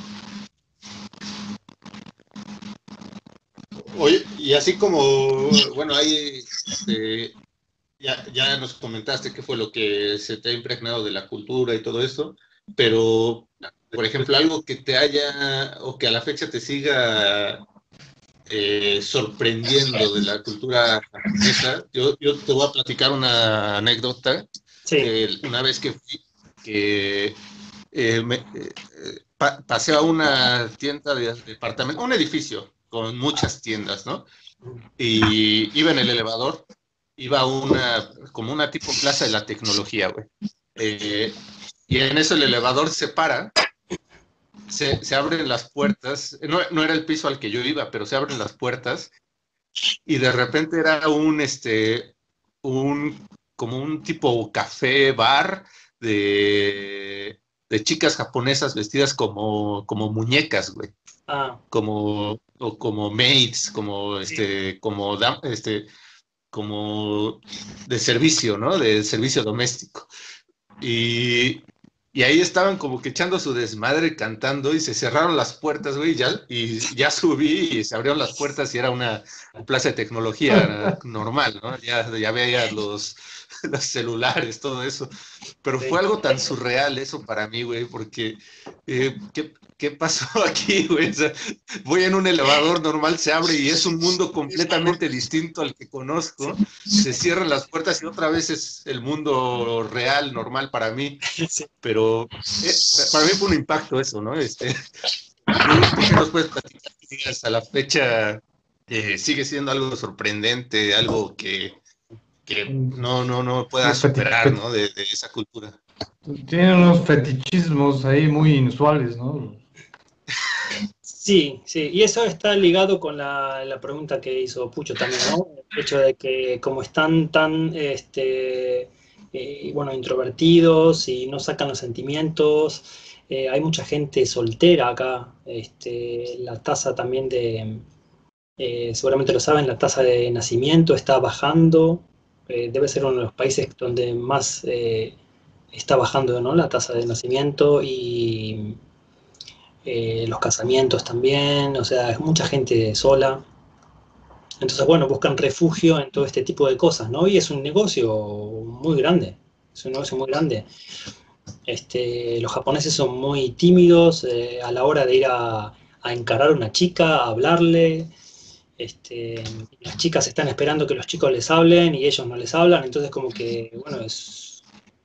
Oye, y así como, bueno, ahí este, ya, ya nos comentaste qué fue lo que se te ha impregnado de la cultura y todo esto, pero, por ejemplo, algo que te haya, o que a la fecha te siga eh, sorprendiendo de la cultura japonesa, yo, yo te voy a platicar una anécdota. Sí, Eh, una vez que fui, que eh, me, eh, pa- pasé a una tienda de departamento, un edificio con muchas tiendas, ¿no? Y iba en el elevador, iba a una, como una tipo plaza de la tecnología, güey. Eh, y en eso el elevador se para, se, se abren las puertas, no, no era el piso al que yo iba, pero se abren las puertas y de repente era un, este, un, como un tipo café, bar de, de chicas japonesas vestidas como, como muñecas, güey. ah, Como, o como maids, como, sí, este, como, dam- este, como de servicio, ¿no? De servicio doméstico. Y, y ahí estaban como que echando su desmadre cantando y se cerraron las puertas, güey, ya, y ya subí y se abrieron las puertas y era una plaza de tecnología normal, ¿no? Ya, ya veía los, los celulares, todo eso. Pero sí. fue algo tan surreal eso para mí, güey, porque eh, ¿qué, ¿qué pasó aquí, güey? O sea, voy en un elevador normal, se abre y es un mundo completamente distinto al que conozco. Se cierran las puertas y otra vez es el mundo real, normal para mí. Sí. Pero eh, para mí fue un impacto eso, ¿no? Este, ¿tú, ¿Tú qué nos puedes platicar? Que digas, a la fecha eh, sigue siendo algo sorprendente, algo que, que no, no, no pueda unos feti- superar, fet- ¿no? De, de esa cultura. Tienen unos fetichismos ahí muy inusuales, ¿no? Sí, sí, y eso está ligado con la, la pregunta que hizo Pucho también, ¿no? El hecho de que como están tan, este, eh, bueno, introvertidos y no sacan los sentimientos, eh, hay mucha gente soltera acá, este, la tasa también de, eh, seguramente lo saben, la tasa de nacimiento está bajando, eh, debe ser uno de los países donde más eh, está bajando, ¿no? La tasa de nacimiento y eh, los casamientos también, o sea, es mucha gente sola. Entonces, bueno, buscan refugio en todo este tipo de cosas, ¿no? Y es un negocio muy grande, es un negocio muy grande. Este, los japoneses son muy tímidos eh, a la hora de ir a, a encarar a una chica, a hablarle. Este, las chicas están esperando que los chicos les hablen y ellos no les hablan, entonces como que, bueno, es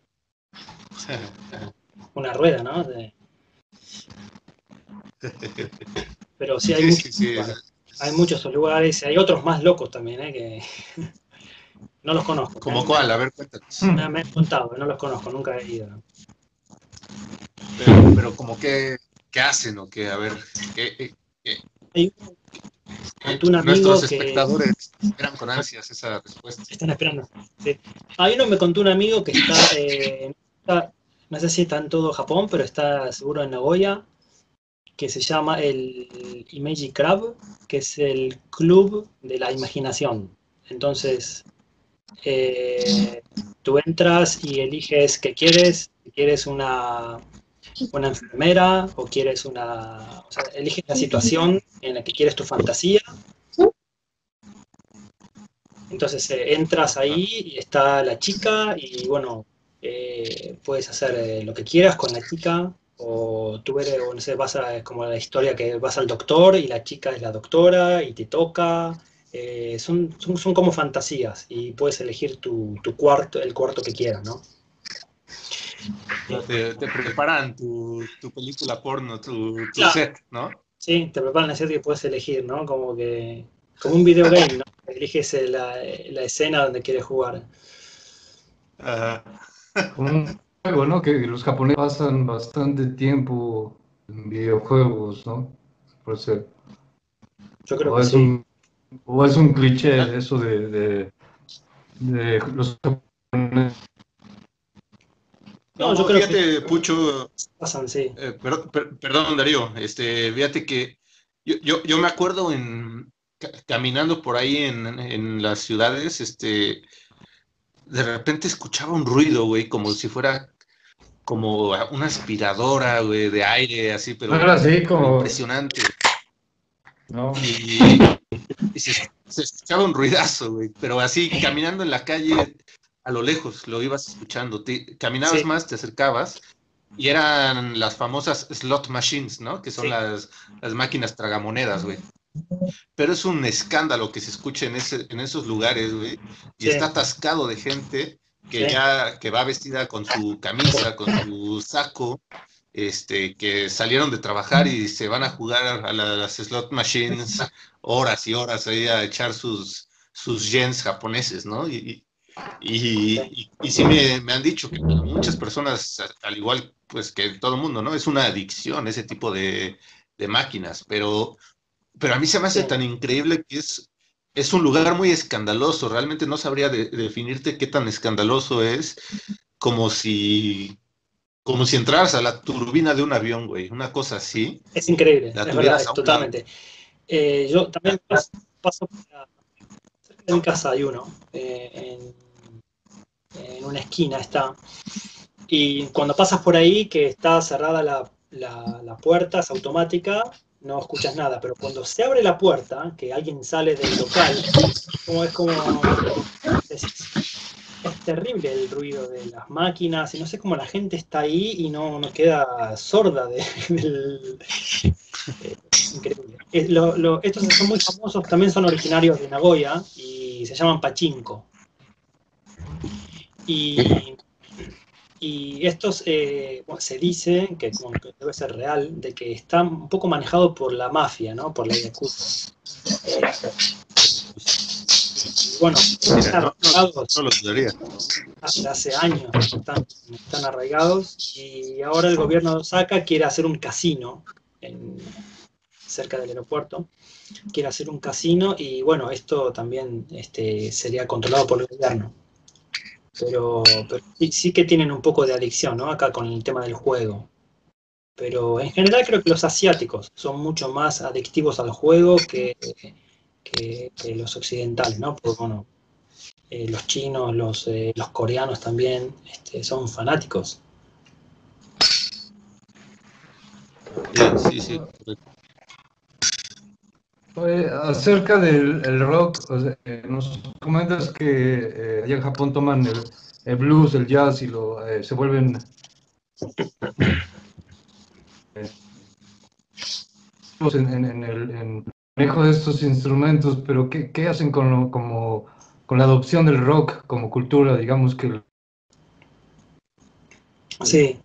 una rueda, ¿no? De- pero sí hay Sí, muchos sí, sí. lugares. Hay muchos lugares, hay otros más locos también, ¿eh? Que no los conozco. Me ¿Cómo han, me cuál? han- A ver, cuéntanos. me han- me han contado, no los conozco, nunca he ido. Pero, pero como que, ¿qué hacen o qué? A ver, ¿qué, qué- qué- Hay uno qué- contó un nuestros amigo que espectadores esperan con ansias esa respuesta? están esperando. Sí. Hay uno me contó un amigo que está, eh, está- no sé si está en todo Japón, pero está seguro en Nagoya, que se llama el Imeji Club, que es el club de la imaginación. Entonces, eh, tú entras y eliges qué quieres, si quieres una, una enfermera o quieres una, o sea, eliges la situación en la que quieres tu fantasía. Entonces eh, entras ahí y está la chica y bueno, eh, puedes hacer eh, lo que quieras con la chica o tú eres, o no sé, vas a, es como la historia que vas al doctor y la chica es la doctora y te toca. Eh, son, son, son como fantasías y puedes elegir tu, tu cuarto, el cuarto que quieras, ¿no? No, Eh, te, te preparan tu, tu película porno, tu, tu claro, set, ¿no? sí, te preparan la serie que puedes elegir, ¿no? Como que, como un video game, ¿no? Eliges eh, la, la escena donde quieres jugar. Ajá. Como un juego, ¿no? Que los japoneses pasan bastante tiempo en videojuegos, ¿no? Por ser. Yo creo O que es sí. un, o es un cliché Ah, eso de, de, de los japoneses. No, yo no, creo que fíjate, Pucho, pasan, sí. eh, per- per- perdón, Darío, este, fíjate que yo, yo, yo me acuerdo en ca- caminando por ahí en, en las ciudades, este, de repente escuchaba un ruido, güey, como si fuera como una aspiradora, güey, de aire, así, pero No era así como... impresionante. No. Y, y se, se escuchaba un ruidazo, güey, pero así, caminando en la calle, a lo lejos, lo ibas escuchando. Te, caminabas Sí. más, te acercabas, y eran las famosas slot machines, ¿no? Que son Sí. las, las máquinas tragamonedas, güey. Pero es un escándalo que se escuche en, ese, en esos lugares, güey. Y Sí. está atascado de gente que Sí. ya que va vestida con su camisa, con su saco, este, que salieron de trabajar y se van a jugar a las slot machines horas y horas ahí a echar sus, sus yens japoneses, ¿no? Y, y, y, y sí me, me han dicho que para muchas personas, al igual pues que todo el mundo, ¿no? Es una adicción ese tipo de, de máquinas, pero... Pero a mí se me hace Sí. tan increíble que es, es un lugar muy escandaloso. Realmente no sabría de, de definirte qué tan escandaloso es, como si, como si entraras a la turbina de un avión, güey. Una cosa así, Es increíble, la es verdad, tuvieras es a un lado. totalmente. Eh, yo también paso, paso por la- cerca de mi casa hay uno, eh, en, en una esquina está. Y cuando pasas por ahí, que está cerrada la, la, la puerta, es automática, no escuchas nada. Pero cuando se abre la puerta, que alguien sale del local, como es como... decís, es terrible el ruido de las máquinas, y no sé cómo la gente está ahí y no, no queda sorda de, del... eh, es increíble. Es, lo, lo, estos son muy famosos, también son originarios de Nagoya y se llaman pachinko. Y... Y estos, eh, bueno, se dice, que, como que debe ser real, de que está un poco manejado por la mafia, ¿no? Por la yakuza. Eh, y bueno, están Mira, no, no, arraigados no lo dudaría. hace, hace años, están, están arraigados, y ahora el gobierno de Osaka quiere hacer un casino en, cerca del aeropuerto, quiere hacer un casino, y bueno, esto también este, sería controlado por el gobierno. Pero, pero sí, sí que tienen un poco de adicción, ¿no? Acá con el tema del juego. Pero en general creo que los asiáticos son mucho más adictivos al juego que, que, que los occidentales, ¿no? Porque bueno, eh, los chinos, los, eh, los coreanos también este, son fanáticos. Sí, sí, sí. Oye, acerca del el rock, o sea, eh, nos comentas que eh, allá en Japón toman el, el blues, el jazz y lo, eh, se vuelven eh, en, en, en el en el manejo de estos instrumentos, pero ¿qué, qué hacen con, lo- como, con la adopción del rock como cultura? Digamos que Sí.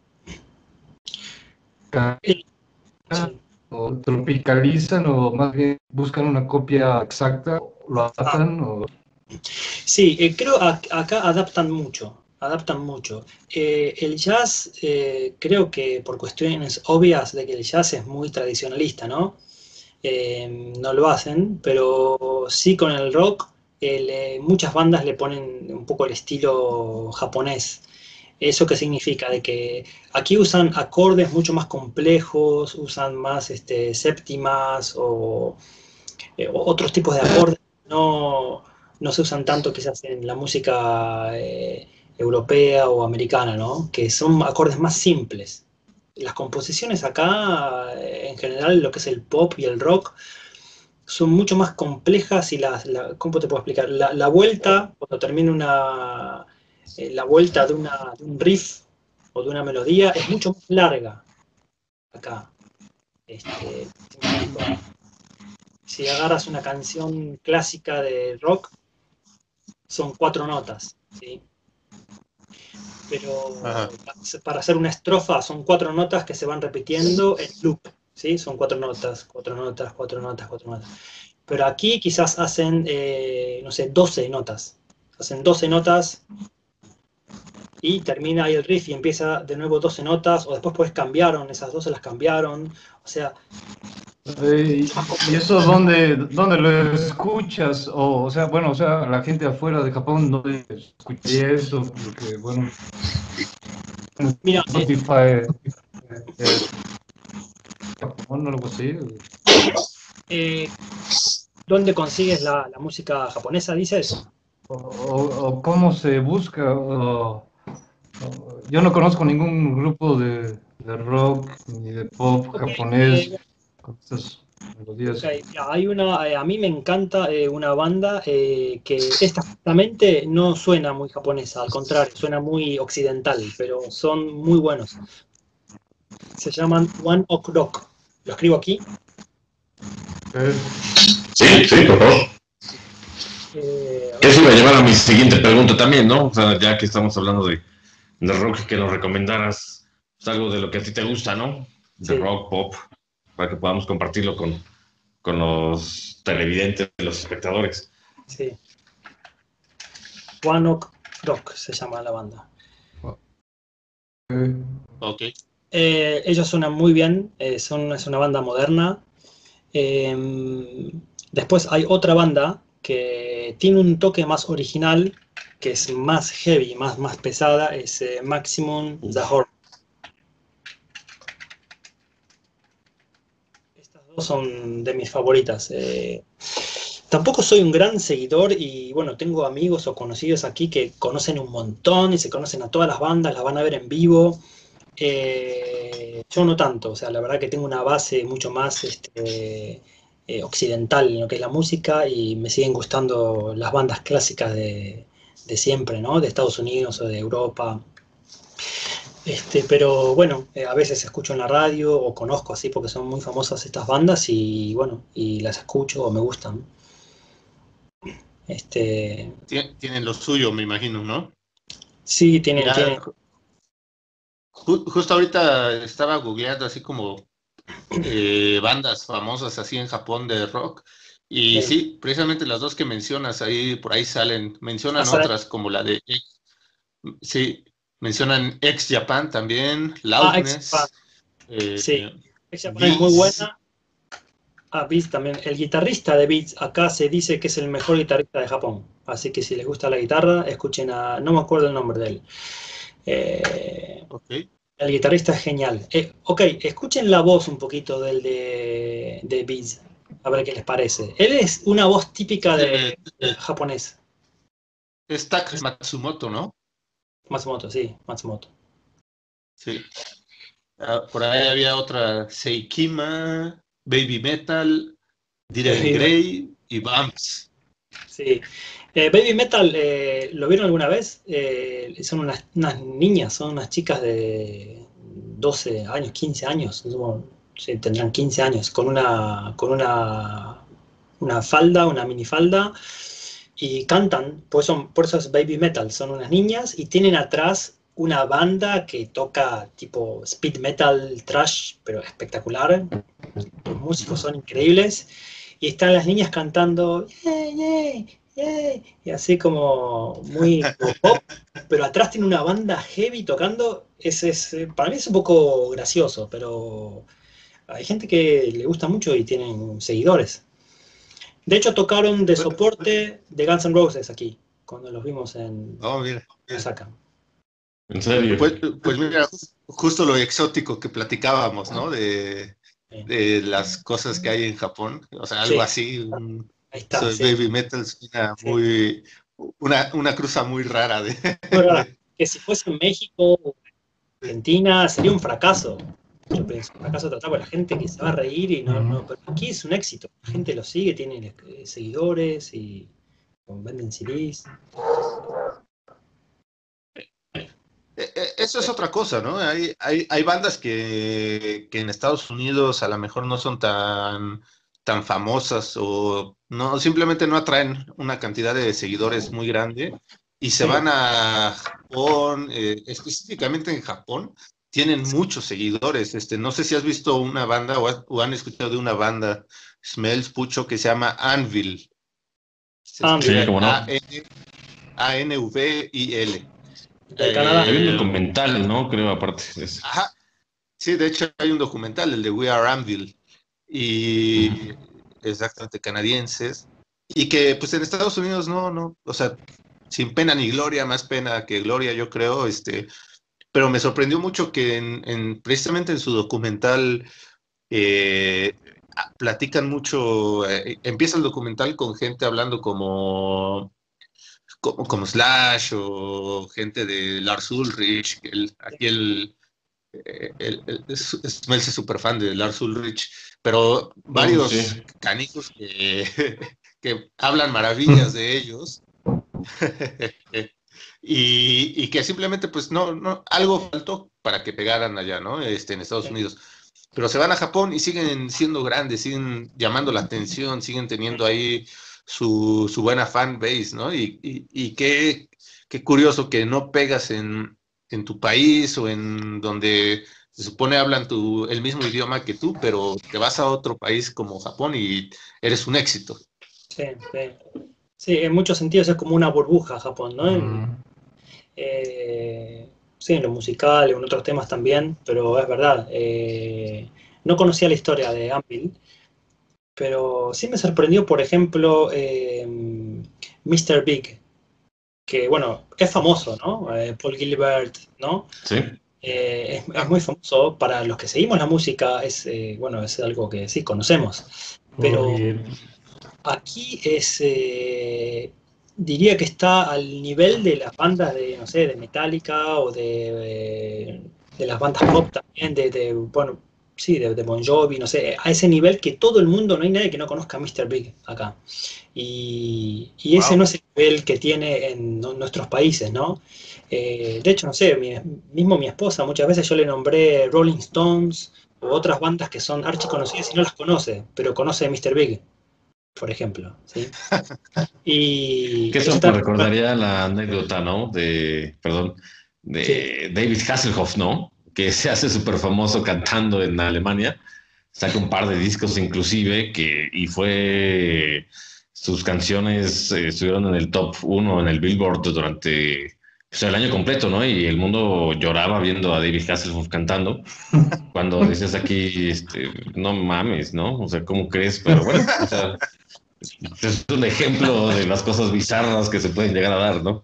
el- El- sí. o tropicalizan o más bien buscan una copia exacta, lo adaptan o... Sí, eh, creo a- acá adaptan mucho, adaptan mucho. Eh, el jazz, eh, creo que por cuestiones obvias de que el jazz es muy tradicionalista, ¿no? Eh, no lo hacen, pero sí con el rock, el, eh, muchas bandas le ponen un poco el estilo japonés. ¿Eso qué significa? De que aquí usan acordes mucho más complejos, usan más este, séptimas o eh, otros tipos de acordes. No, no se usan tanto quizás en la música eh, europea o americana, ¿no? Que son acordes más simples. Las composiciones acá, eh, en general, lo que es el pop y el rock, son mucho más complejas y las, la, ¿cómo te puedo explicar? La, la vuelta, cuando termina una, eh, la vuelta de, una, de un riff o de una melodía, es mucho más larga acá. Este, si me explico. Si agarras una canción clásica de rock, son cuatro notas, ¿sí? Pero Ajá. para hacer una estrofa son cuatro notas que se van repitiendo en loop, ¿sí? Son cuatro notas, cuatro notas, cuatro notas, cuatro notas. Pero aquí quizás hacen, eh, no sé, doce notas. Hacen doce notas y termina ahí el riff y empieza de nuevo doce notas, o después pues cambiaron, esas doce las cambiaron. O sea, Eh, ¿Y eso dónde, dónde lo escuchas? O, o sea, bueno, o sea, la gente afuera de Japón no escucharía eso, porque, bueno, mira, eh, Spotify, eh, Japón o algo así. eh, ¿dónde consigues la, la música japonesa, dices? O, o- o cómo se busca, o- o- yo no conozco ningún grupo de, de rock ni de pop Ok, japonés eh, con estas melodías. ok, hay una, eh, a mí me encanta eh, una banda eh, que esta justamente no suena muy japonesa, al contrario, suena muy occidental, pero son muy buenos. Se llaman One Ok Rock. Lo escribo aquí. Eh, Sí, sí, por favor. Eh, a ver, Eso iba a llevar a mi siguiente pregunta también, ¿no? O sea, ya que estamos hablando de, de rock, que nos recomendaras pues, algo de lo que a ti te gusta, ¿no? De sí, rock, pop, para que podamos compartirlo con, con los televidentes, los espectadores. sí. One Ok Rock se llama la banda. eh, Ok. Eh, ellos suenan muy bien, eh, son, es una banda moderna. Eh, después hay otra banda que tiene un toque más original, que es más heavy, más, más pesada, es eh, Maximum The Horror. Estas dos son de mis favoritas. Eh, tampoco soy un gran seguidor y bueno, tengo amigos o conocidos aquí que conocen un montón y se conocen a todas las bandas, las van a ver en vivo. Eh, yo no tanto, o sea, la verdad que tengo una base mucho más este, eh, occidental en lo que es la música y me siguen gustando las bandas clásicas de, de siempre, ¿no? De Estados Unidos o de Europa. Este, pero bueno, eh, a veces escucho en la radio o conozco así porque son muy famosas estas bandas y bueno, y las escucho o me gustan. Este, Tien- Tienen lo suyo, me imagino, ¿no? sí, tienen, Mira, tienen, ju- justo ahorita estaba googleando así como eh, bandas famosas así en Japón de rock. Y sí. sí, precisamente las dos que mencionas ahí, por ahí salen, Ah, mencionan ¿saben? otras como la de, X- sí, mencionan Ex Japan también, Ah, Ex Japan, Loudness, eh, sí. Ex Japan es muy Beats. buena. Ah, Beats también. El guitarrista de Beats acá se dice que es el mejor guitarrista de Japón. Así que si les gusta la guitarra, escuchen a... No me acuerdo el nombre de él. Eh, Ok. el guitarrista es genial. Eh, ok, escuchen la voz un poquito del de, de Beats. A ver qué les parece. Él es una voz típica Eh, de, de japonés. es Tak Matsumoto, ¿no? Matsumoto, sí, Matsumoto. Sí. Ah, por ahí había otra, Seikima, Baby Metal, Diren Grey y Bumps. Sí. Eh, Baby Metal, eh, ¿lo vieron alguna vez? Eh, son unas, unas niñas, son unas chicas de doce años, quince años, no, sí, tendrán quince años, con una, con una, una falda, una minifalda, y cantan, pues son, por eso es Baby Metal, son unas niñas y tienen atrás una banda que toca tipo speed metal, trash, pero espectacular. Los músicos son increíbles y están las niñas cantando "Yay, yay, yay", y así como muy como pop, pero atrás tiene una banda heavy tocando. Es, es, eh, para mí es un poco gracioso, pero hay gente que le gusta mucho y tienen seguidores. De hecho, tocaron de soporte de Guns N' Roses aquí, cuando los vimos en Oh, mira. Osaka. En serio. Pues, pues mira, justo lo exótico que platicábamos, ¿no? De, de las cosas que hay en Japón. O sea, algo Sí, así. Un, ahí eso está, de sí. Baby Metal suena Sí. muy. Una, una cruza muy rara de. Muy rara. de- Que si fuese en México o Argentina sería un fracaso. Yo pienso, un fracaso total para la gente que se va a reír y no, no, pero aquí es un éxito. La gente lo sigue, tiene eh, seguidores y venden C Ds. e- e- Eso es otra cosa, ¿no? Hay, hay, hay bandas que, que en Estados Unidos a lo mejor no son tan, tan famosas o no, simplemente no atraen una cantidad de seguidores muy grande y se Sí, van a Japón, eh, específicamente en Japón, tienen muchos seguidores. Este, no sé si has visto una banda o, has- o han escuchado de una banda, Smells Pucho, que se llama Anvil. Se Sí, Anvil, escribe cómo no. A N A N V I L. de Canadá. Hay un Eh, documental, ¿no? Creo, aparte de eso. ajá, sí, de hecho hay un documental, el de We Are Anvil, y Ujú. exactamente canadienses, y que pues en Estados Unidos no, no, o sea, sin pena ni gloria, más pena que gloria, yo creo, este, pero me sorprendió mucho que en, en- precisamente en su documental eh, a- platican mucho, eh, empieza el documental con gente hablando como como, como Slash o gente de Lars Ulrich, el, aquí el, el, el, el, el Smells es súper fan de Lars Ulrich, pero varios Oh, sí. canicos que, que hablan maravillas de ellos. y, y que simplemente pues no, no, algo faltó para que pegaran allá, ¿no? Este, en Estados Unidos. Pero se van a Japón y siguen siendo grandes, siguen llamando la atención, siguen teniendo ahí su, su buena fan base, ¿no? Y, y, y qué, qué curioso que no pegas en, en tu país o en donde se supone hablan tu, el mismo idioma que tú, pero te vas a otro país como Japón y eres un éxito. Sí, sí. Sí, en muchos sentidos es como una burbuja Japón, ¿no? En, Mm. eh, sí, en lo musical, en otros temas también, pero es verdad. Eh, no conocía la historia de Anvil, pero sí me sorprendió, por ejemplo, eh, míster Big, que bueno, es famoso, ¿no? Eh, Paul Gilbert, ¿no? Sí. Eh, es, es muy famoso para los que seguimos la música, es, eh, bueno, es algo que sí conocemos, pero Oye, aquí es, eh, diría que está al nivel de las bandas de, no sé, de Metallica o de, eh, de las bandas pop también, de, de, bueno, sí, de, de Bon Jovi, no sé, a ese nivel que todo el mundo, no hay nadie que no conozca a míster Big acá. Y, y ese no Wow. es el nivel que tiene en no- nuestros países, ¿no? Eh, de hecho, no sé, mi- mismo mi esposa, muchas veces yo le nombré Rolling Stones u otras bandas que son archiconocidas y no las conoce, pero conoce a míster Big, por ejemplo, ¿sí? Que Y eso eso me también, recordaría la anécdota, ¿no? De, perdón, sí, de David Hasselhoff, ¿no? Que se hace súper famoso cantando en Alemania. Saca un par de discos inclusive que, y fue, sus canciones eh, estuvieron en el top uno en el Billboard durante pues, el año completo, ¿no? Y el mundo lloraba viendo a David Hasselhoff cantando. Cuando dices aquí, este, no mames, ¿no? O sea, ¿cómo crees? Pero bueno, o sea, es un ejemplo de las cosas bizarras que se pueden llegar a dar, ¿no?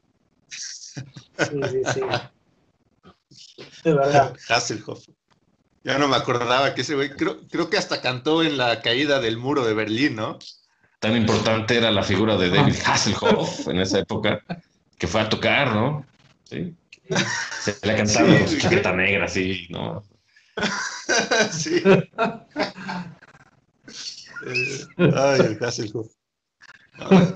sí, sí, sí, es verdad. Hasselhoff. Ya no me acordaba que ese güey, creo, creo que hasta cantó en la caída del muro de Berlín, ¿no? Tan importante era la figura de David Hasselhoff en esa época que fue a tocar, ¿no? Sí. Se le cantaba con su Sí, chaqueta creo- negra, sí, ¿no? sí. Eh, ay, el Hasselhoff. No,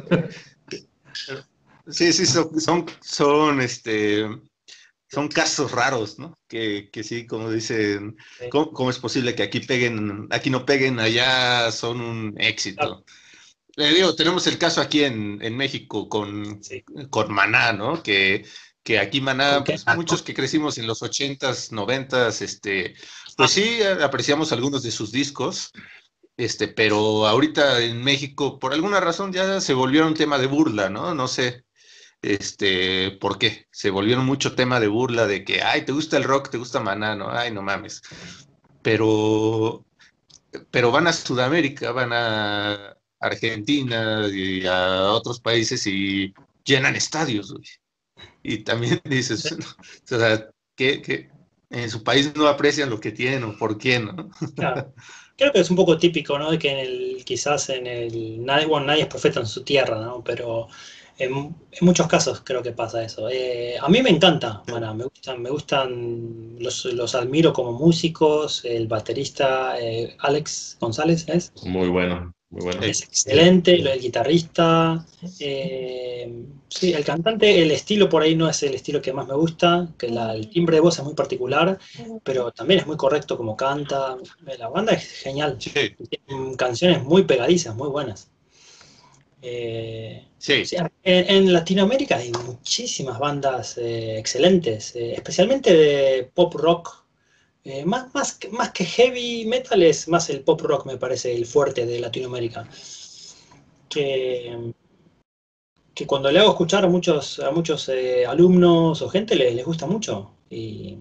sí, sí, son, son, son, este, son casos raros, ¿no? Que, que sí, como dicen, Sí, ¿cómo, cómo es posible que aquí peguen, aquí no peguen, allá son un claro, éxito? Le digo, tenemos el caso aquí en, en México con, sí. con Maná, ¿no? Que, que aquí ¿Con Maná, qué? pues muchos que crecimos en los ochentas, noventas, este, pues Ah, sí, apreciamos algunos de sus discos, este, pero ahorita en México, por alguna razón, ya se volvieron un tema de burla, ¿no? No sé, este, ¿por qué? Se volvieron mucho tema de burla de que, ay, ¿te gusta el rock? ¿Te gusta Maná? ¿No? Ay, no mames. Pero pero van a Sudamérica, van a Argentina y a otros países y llenan estadios, güey. Y también sí, dices, bueno, o sea, que, que en su país no aprecian lo que tienen o por qué, ¿no? claro. Creo que es un poco típico, ¿no? De que en el, quizás en el, nadie, bueno, nadie es profeta en su tierra, ¿no? Pero en, en muchos casos creo que pasa eso. Eh, a mí me encanta, Maná, me gustan, me gustan, los, los admiro como músicos, el baterista eh, Alex González, ¿es? Muy bueno, muy bueno. Eh, Es excelente, el, el guitarrista. Eh, sí, el cantante, el estilo por ahí no es el estilo que más me gusta, que la- el timbre de voz es muy particular, pero también es muy correcto como canta. Eh, La banda es genial, sí, tiene canciones muy pegadizas, muy buenas. Eh, sí, sí, en, en Latinoamérica hay muchísimas bandas eh, excelentes, eh, especialmente de pop rock. Eh, más, más, que- más que heavy metal es más el pop rock, me parece, el fuerte de Latinoamérica. Que, que cuando le hago escuchar a muchos, a muchos eh, alumnos o gente les, les gusta mucho. Y,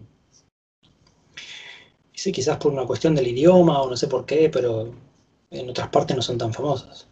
y sí, quizás por una cuestión del idioma o no sé por qué, pero en otras partes no son tan famosos.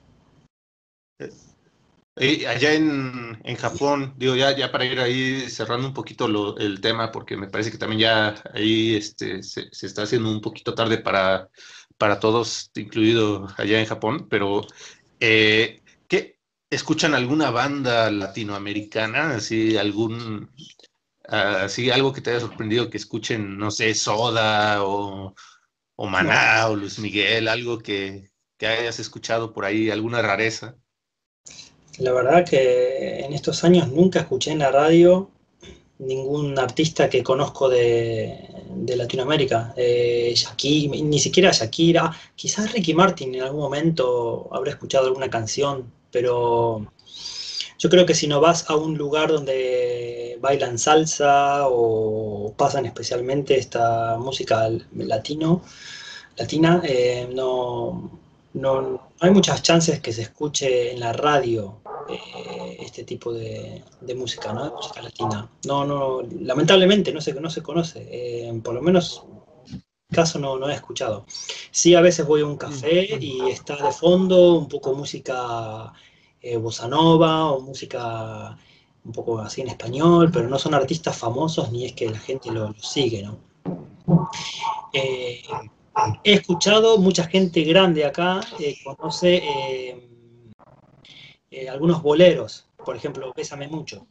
y allá en, en Japón, digo, ya, ya para ir ahí cerrando un poquito lo- el tema, porque me parece que también ya ahí este, se, se está haciendo un poquito tarde para, para todos, incluido allá en Japón, pero eh, ¿qué, ¿escuchan alguna banda latinoamericana? Así, algún, uh, así, algo que te haya sorprendido que escuchen, no sé, Soda o, o Maná o Luis Miguel, algo que, que hayas escuchado por ahí, alguna rareza. La verdad que en estos años nunca escuché en la radio ningún artista que conozco de, de Latinoamérica. Eh, Shakira, ni siquiera Shakira, quizás Ricky Martin en algún momento habré escuchado alguna canción, pero yo creo que si no vas a un lugar donde bailan salsa o pasan especialmente esta música latino, latina, eh, no, no, no hay muchas chances que se escuche en la radio eh, este tipo de, de música, ¿no? De música latina. No, no, lamentablemente no se, no se conoce. Eh, por lo menos caso no, no he escuchado. Sí, a veces voy a un café y está de fondo un poco música eh, bossa nova o música un poco así en español, pero no son artistas famosos ni es que la gente lo, lo sigue, ¿no? Eh, he escuchado mucha gente grande acá, eh, conoce eh, eh, algunos boleros, por ejemplo, Bésame Mucho.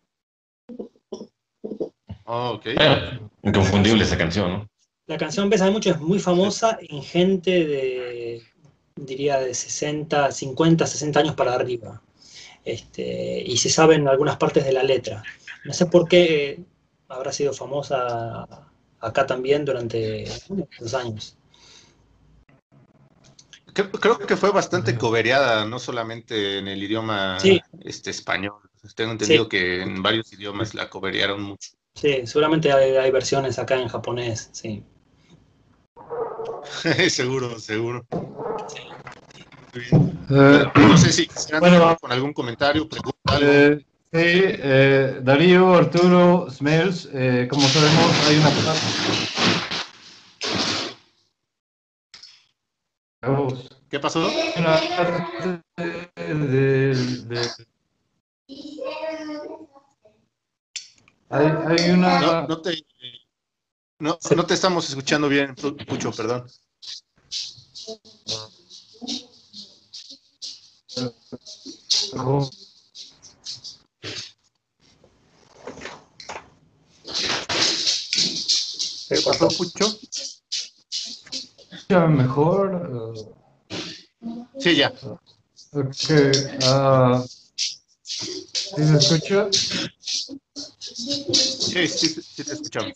Oh, ok. Bueno, inconfundible esa canción, ¿no? La canción Bésame Mucho es muy famosa en gente de, diría, de sesenta, cincuenta, sesenta años para arriba. Este, y se sabe en algunas partes de la letra. No sé por qué eh, habrá sido famosa acá también durante los años. Creo, creo que fue bastante cobereada, no solamente en el idioma Sí, este, español. Tengo entendido sí, que en varios idiomas la coberearon mucho. sí, seguramente hay, hay versiones acá en japonés, sí. Seguro, seguro. Eh, No sé si quisieran bueno, con algún comentario, pregunta, algo. eh, sí, eh, Darío, Arturo, Smels, eh, como sabemos, hay una parte ¿Qué pasó? una parte de, de- hay, hay No, una no te, no, no te estamos escuchando bien, Pucho, perdón. ¿Qué pasó, Pucho? escucha mejor. Sí, ya. Uh, ok, ah, ¿sí se escucha? Sí, sí, sí te escuchamos.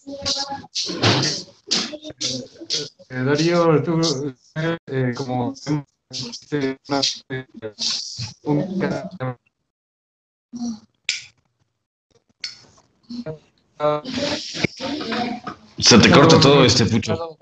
Eh, Darío, Arturo, eh, como este, una, eh, un, ah, Se te corta todo este Pucho.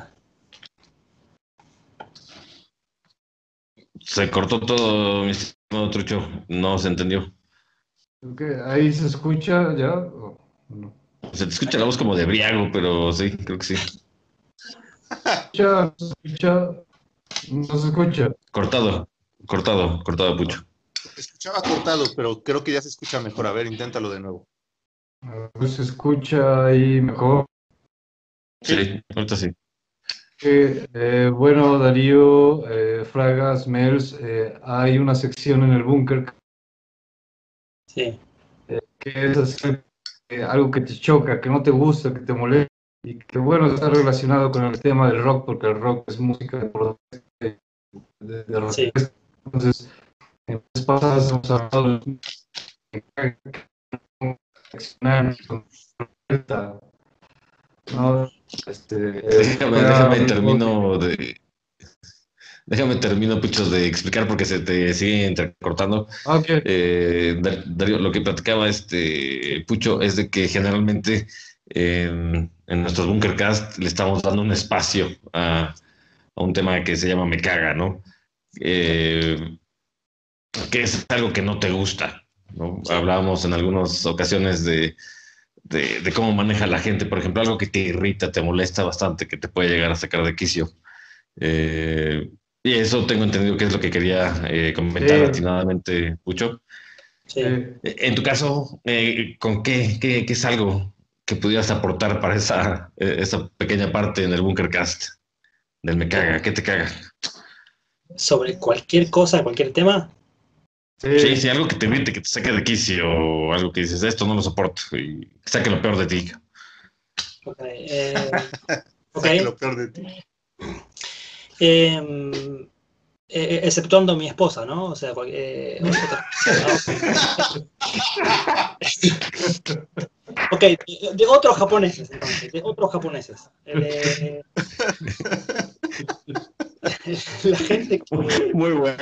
Se cortó todo, mi estimado Trucho. No se entendió. ok, ahí se escucha ya. ¿O no? Se te escucha la voz como de briago, pero sí, creo que sí. ¿Escucha? ¿Se escucha? No se escucha. Cortado, cortado, cortado, Pucho. Te escuchaba cortado, pero creo que ya se escucha mejor. A ver, inténtalo de nuevo. A ver, se escucha ahí mejor. Sí, ahorita sí. Eh, eh, bueno, Darío, eh, Fragas, Mels, eh, hay una sección en el búnker Sí. eh, que es hacer, eh, algo que te choca, que no te gusta, que te molesta, y que bueno, está relacionado con el tema del rock, porque el rock es música de protesta, de, de, de rock. Sí. Entonces, en vez pasadas hemos hablado de reaccionar con protesta, ¿no? Este, eh, Déjame, ya, déjame algo termino de. Déjame termino, Pucho, de explicar porque se te sigue entrecortando. ok, Eh, Dar- Darío, lo que platicaba este Pucho es de que generalmente en, en nuestros Bunkercast le estamos dando un espacio a, a un tema que se llama Me Caga, ¿no? Eh, que es algo que no te gusta, ¿no? Sí. Hablábamos en algunas ocasiones de, de, de cómo maneja la gente, por ejemplo, algo que te irrita, te molesta bastante, que te puede llegar a sacar de quicio. Eh, y eso tengo entendido que es lo que quería eh, comentar sí, atinadamente, Pucho. Sí. eh, En tu caso, eh, ¿con qué, qué, qué es algo que pudieras aportar para esa, eh, esa pequeña parte en el Bunkercast del Me Caga? ¿Qué te caga? Sobre cualquier cosa, cualquier tema. Sí, sí, sí, algo que te irrite, que te saque de quicio, o algo que dices, esto no lo soporto, y que saque lo peor de ti. Ok. Eh, ok. Saque lo peor de ti. Eh, eh, exceptuando mi esposa, ¿no? O sea, cual- eh, otra- ok, de, de otros japoneses, entonces, de otros japoneses. Eh, la gente que Muy bueno.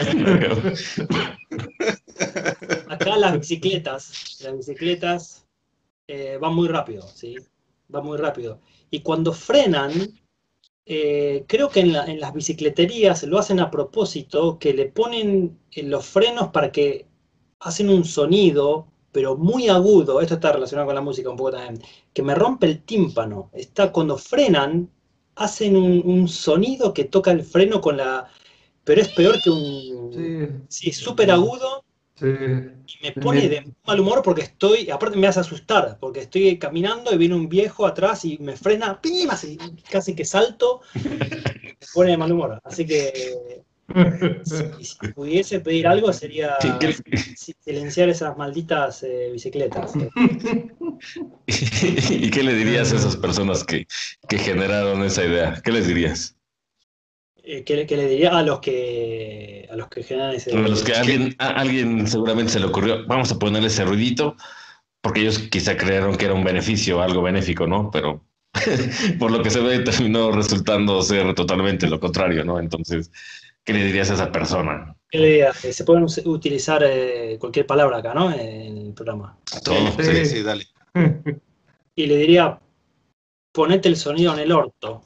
acá las bicicletas, las bicicletas eh, van muy rápido, ¿sí? Van muy rápido. Y cuando frenan, eh, creo que en, la- en las bicicleterías lo hacen a propósito, que le ponen en los frenos para que hacen un sonido, pero muy agudo. Esto está relacionado con la música un poco también, que me rompe el tímpano. Está cuando frenan, hacen un, un sonido que toca el freno con la, pero es peor que un, Sí, sí, súper agudo. sí. Y me pone de mal humor porque estoy, aparte me hace asustar, porque estoy caminando y viene un viejo atrás y me frena, ¡pim! Así, casi que salto, me pone de mal humor. Así que si, si pudiese pedir algo sería ¿Qué- qué- si- silenciar esas malditas eh, bicicletas. eh. ¿Y qué le dirías a esas personas que, que generaron esa idea? ¿Qué les dirías? Eh, ¿qué, le- qué le diría a los que a los que generan A ese... los que alguien, a alguien seguramente se le ocurrió, vamos a ponerle ese ruidito, porque ellos quizá creyeron que era un beneficio, algo benéfico, ¿no? Pero por lo que se ve terminó resultando ser totalmente lo contrario, ¿no? Entonces, ¿qué le dirías a esa persona? ¿Qué le diría? Eh, Se pueden us- utilizar eh, cualquier palabra acá, ¿no? En el programa. Todo. Sí, Sí. sí, dale. Y le diría, ponete el sonido en el orto.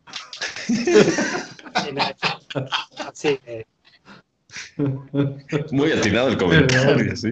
Y me- Así, eh, Muy atinado el comentario, sí.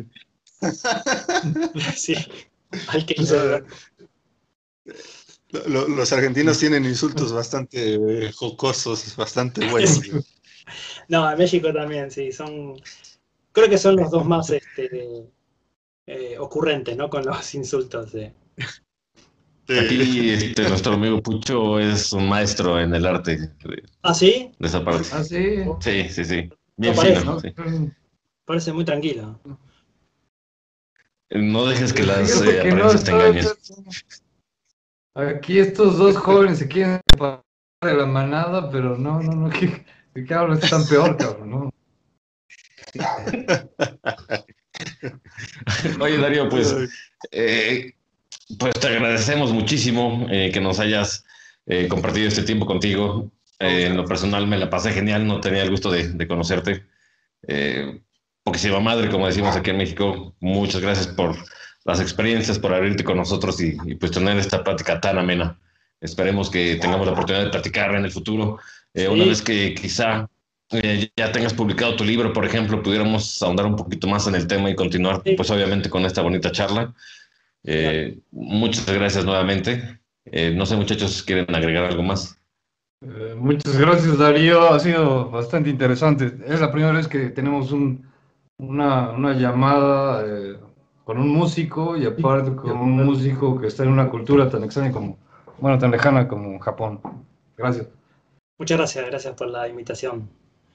sí, al que hizo el- Lo- lo- Los argentinos tienen insultos bastante eh, jocosos, bastante buenos. No, en México también, sí, son, creo que son los dos más este, eh, ocurrentes, ¿no? Con los insultos. eh. Sí. Aquí este, nuestro amigo Pucho es un maestro en el arte de, ¿Ah, sí? de esa parte. Ah, sí. Sí, sí, sí. No Bien parece, fino. No, Sí. parece muy tranquilo. No dejes que las fíjate eh, que no apariencias te está- engañen. Aquí estos dos jóvenes se quieren separar de la manada, pero no, no, no, que, que cabrón, están peor, cabrón, ¿no? Oye, Darío, pues, eh, pues te agradecemos muchísimo eh, que nos hayas eh, compartido este tiempo contigo. Eh, en lo personal me la pasé genial, no tenía el gusto de, de conocerte. Eh, Poquísima madre, como decimos aquí en México. Muchas gracias por las experiencias, por abrirte con nosotros y, y pues tener esta plática tan amena. Esperemos que tengamos la oportunidad de platicar en el futuro. Eh, una Sí. vez que quizá eh, ya tengas publicado tu libro, por ejemplo, pudiéramos ahondar un poquito más en el tema y continuar, Sí. pues obviamente con esta bonita charla. Eh, muchas gracias nuevamente. Eh, no sé, muchachos, ¿quieren agregar algo más? Eh, muchas gracias, Darío. Ha sido bastante interesante. Es la primera vez que tenemos un, una, una llamada eh, con un músico y aparte con un músico que está en una cultura tan extraña como, bueno, tan lejana como Japón. Gracias. Muchas gracias, gracias por la invitación.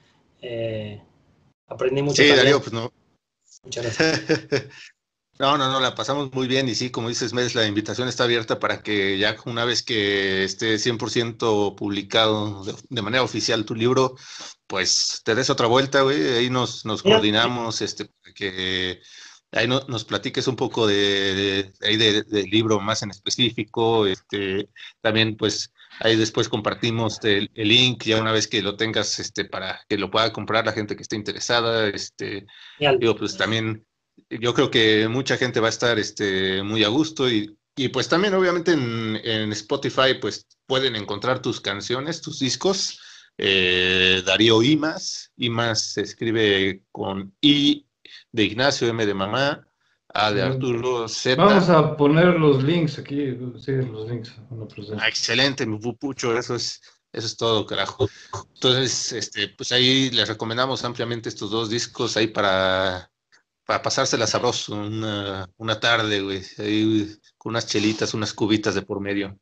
Eh, aprendí mucho Sí, también. Darío, pues no. Muchas gracias. No, no, no, la pasamos muy bien y sí, como dices, Mes, la invitación está abierta para que ya una vez que esté cien por ciento publicado de, de manera oficial tu libro, pues te des otra vuelta, güey, ahí nos, nos Mira, coordinamos, este, para que ahí no- nos platiques un poco de, de- ahí de- del libro más en específico, este, también pues ahí después compartimos el, el link ya una vez que lo tengas, este, para que lo pueda comprar la gente que esté interesada, este, genial. digo, pues también yo creo que mucha gente va a estar este, muy a gusto y, y pues también obviamente en, en Spotify pues pueden encontrar tus canciones, tus discos. Eh, Darío Imas, Imas se escribe con I de Ignacio, M de mamá, A de Arturo, Z. Vamos a poner los links aquí. Sí, los links. Bueno, pues, sí. Ah, excelente, mi pupucho, eso es, eso es todo, carajo. Entonces, este, pues ahí les recomendamos ampliamente estos dos discos ahí para para pasársela sabroso una, una tarde, güey, ahí con unas chelitas, unas cubitas de por medio.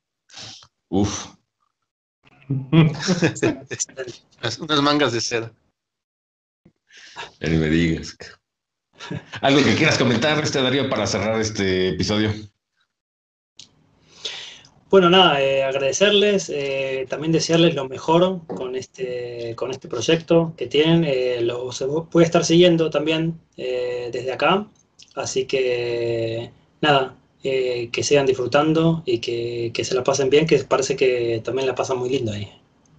Uf, unas, unas mangas de seda. ya ni me digas. ¿Algo que quieras comentar, este Darío, para cerrar este episodio? Bueno, nada, eh, agradecerles, eh, también desearles lo mejor con este, con este proyecto que tienen. Eh, lo se puede estar siguiendo también eh, desde acá. Así que, nada, eh, que sigan disfrutando y que, que se la pasen bien, que parece que también la pasan muy lindo ahí.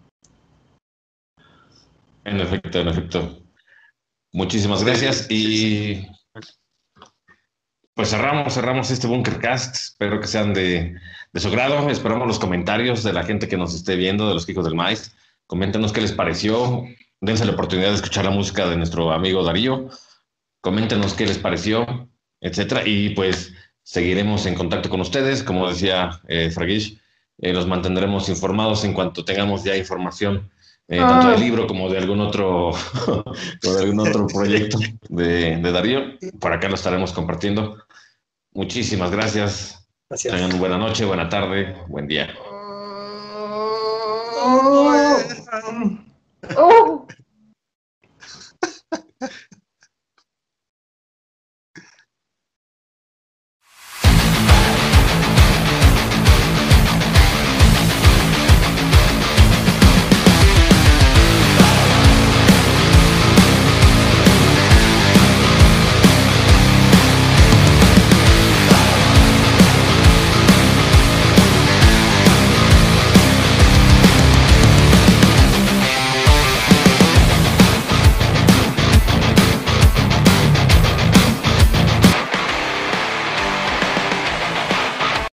En efecto, en efecto. Muchísimas gracias y pues cerramos, cerramos este Bunkercast. Espero que sean de, de su grado. Esperamos los comentarios de la gente que nos esté viendo, de los Hijos del Maíz. Coméntenos qué les pareció. Dense la oportunidad de escuchar la música de nuestro amigo Darío. Coméntenos qué les pareció, etcétera. Y pues seguiremos en contacto con ustedes. Como decía eh, Fragish, eh, los mantendremos informados en cuanto tengamos ya información, eh, tanto del libro como de algún otro, como de algún otro proyecto de, de Darío. Por acá lo estaremos compartiendo. Muchísimas gracias. Gracias. Tengan buena noche, buena tarde, buen día. Oh.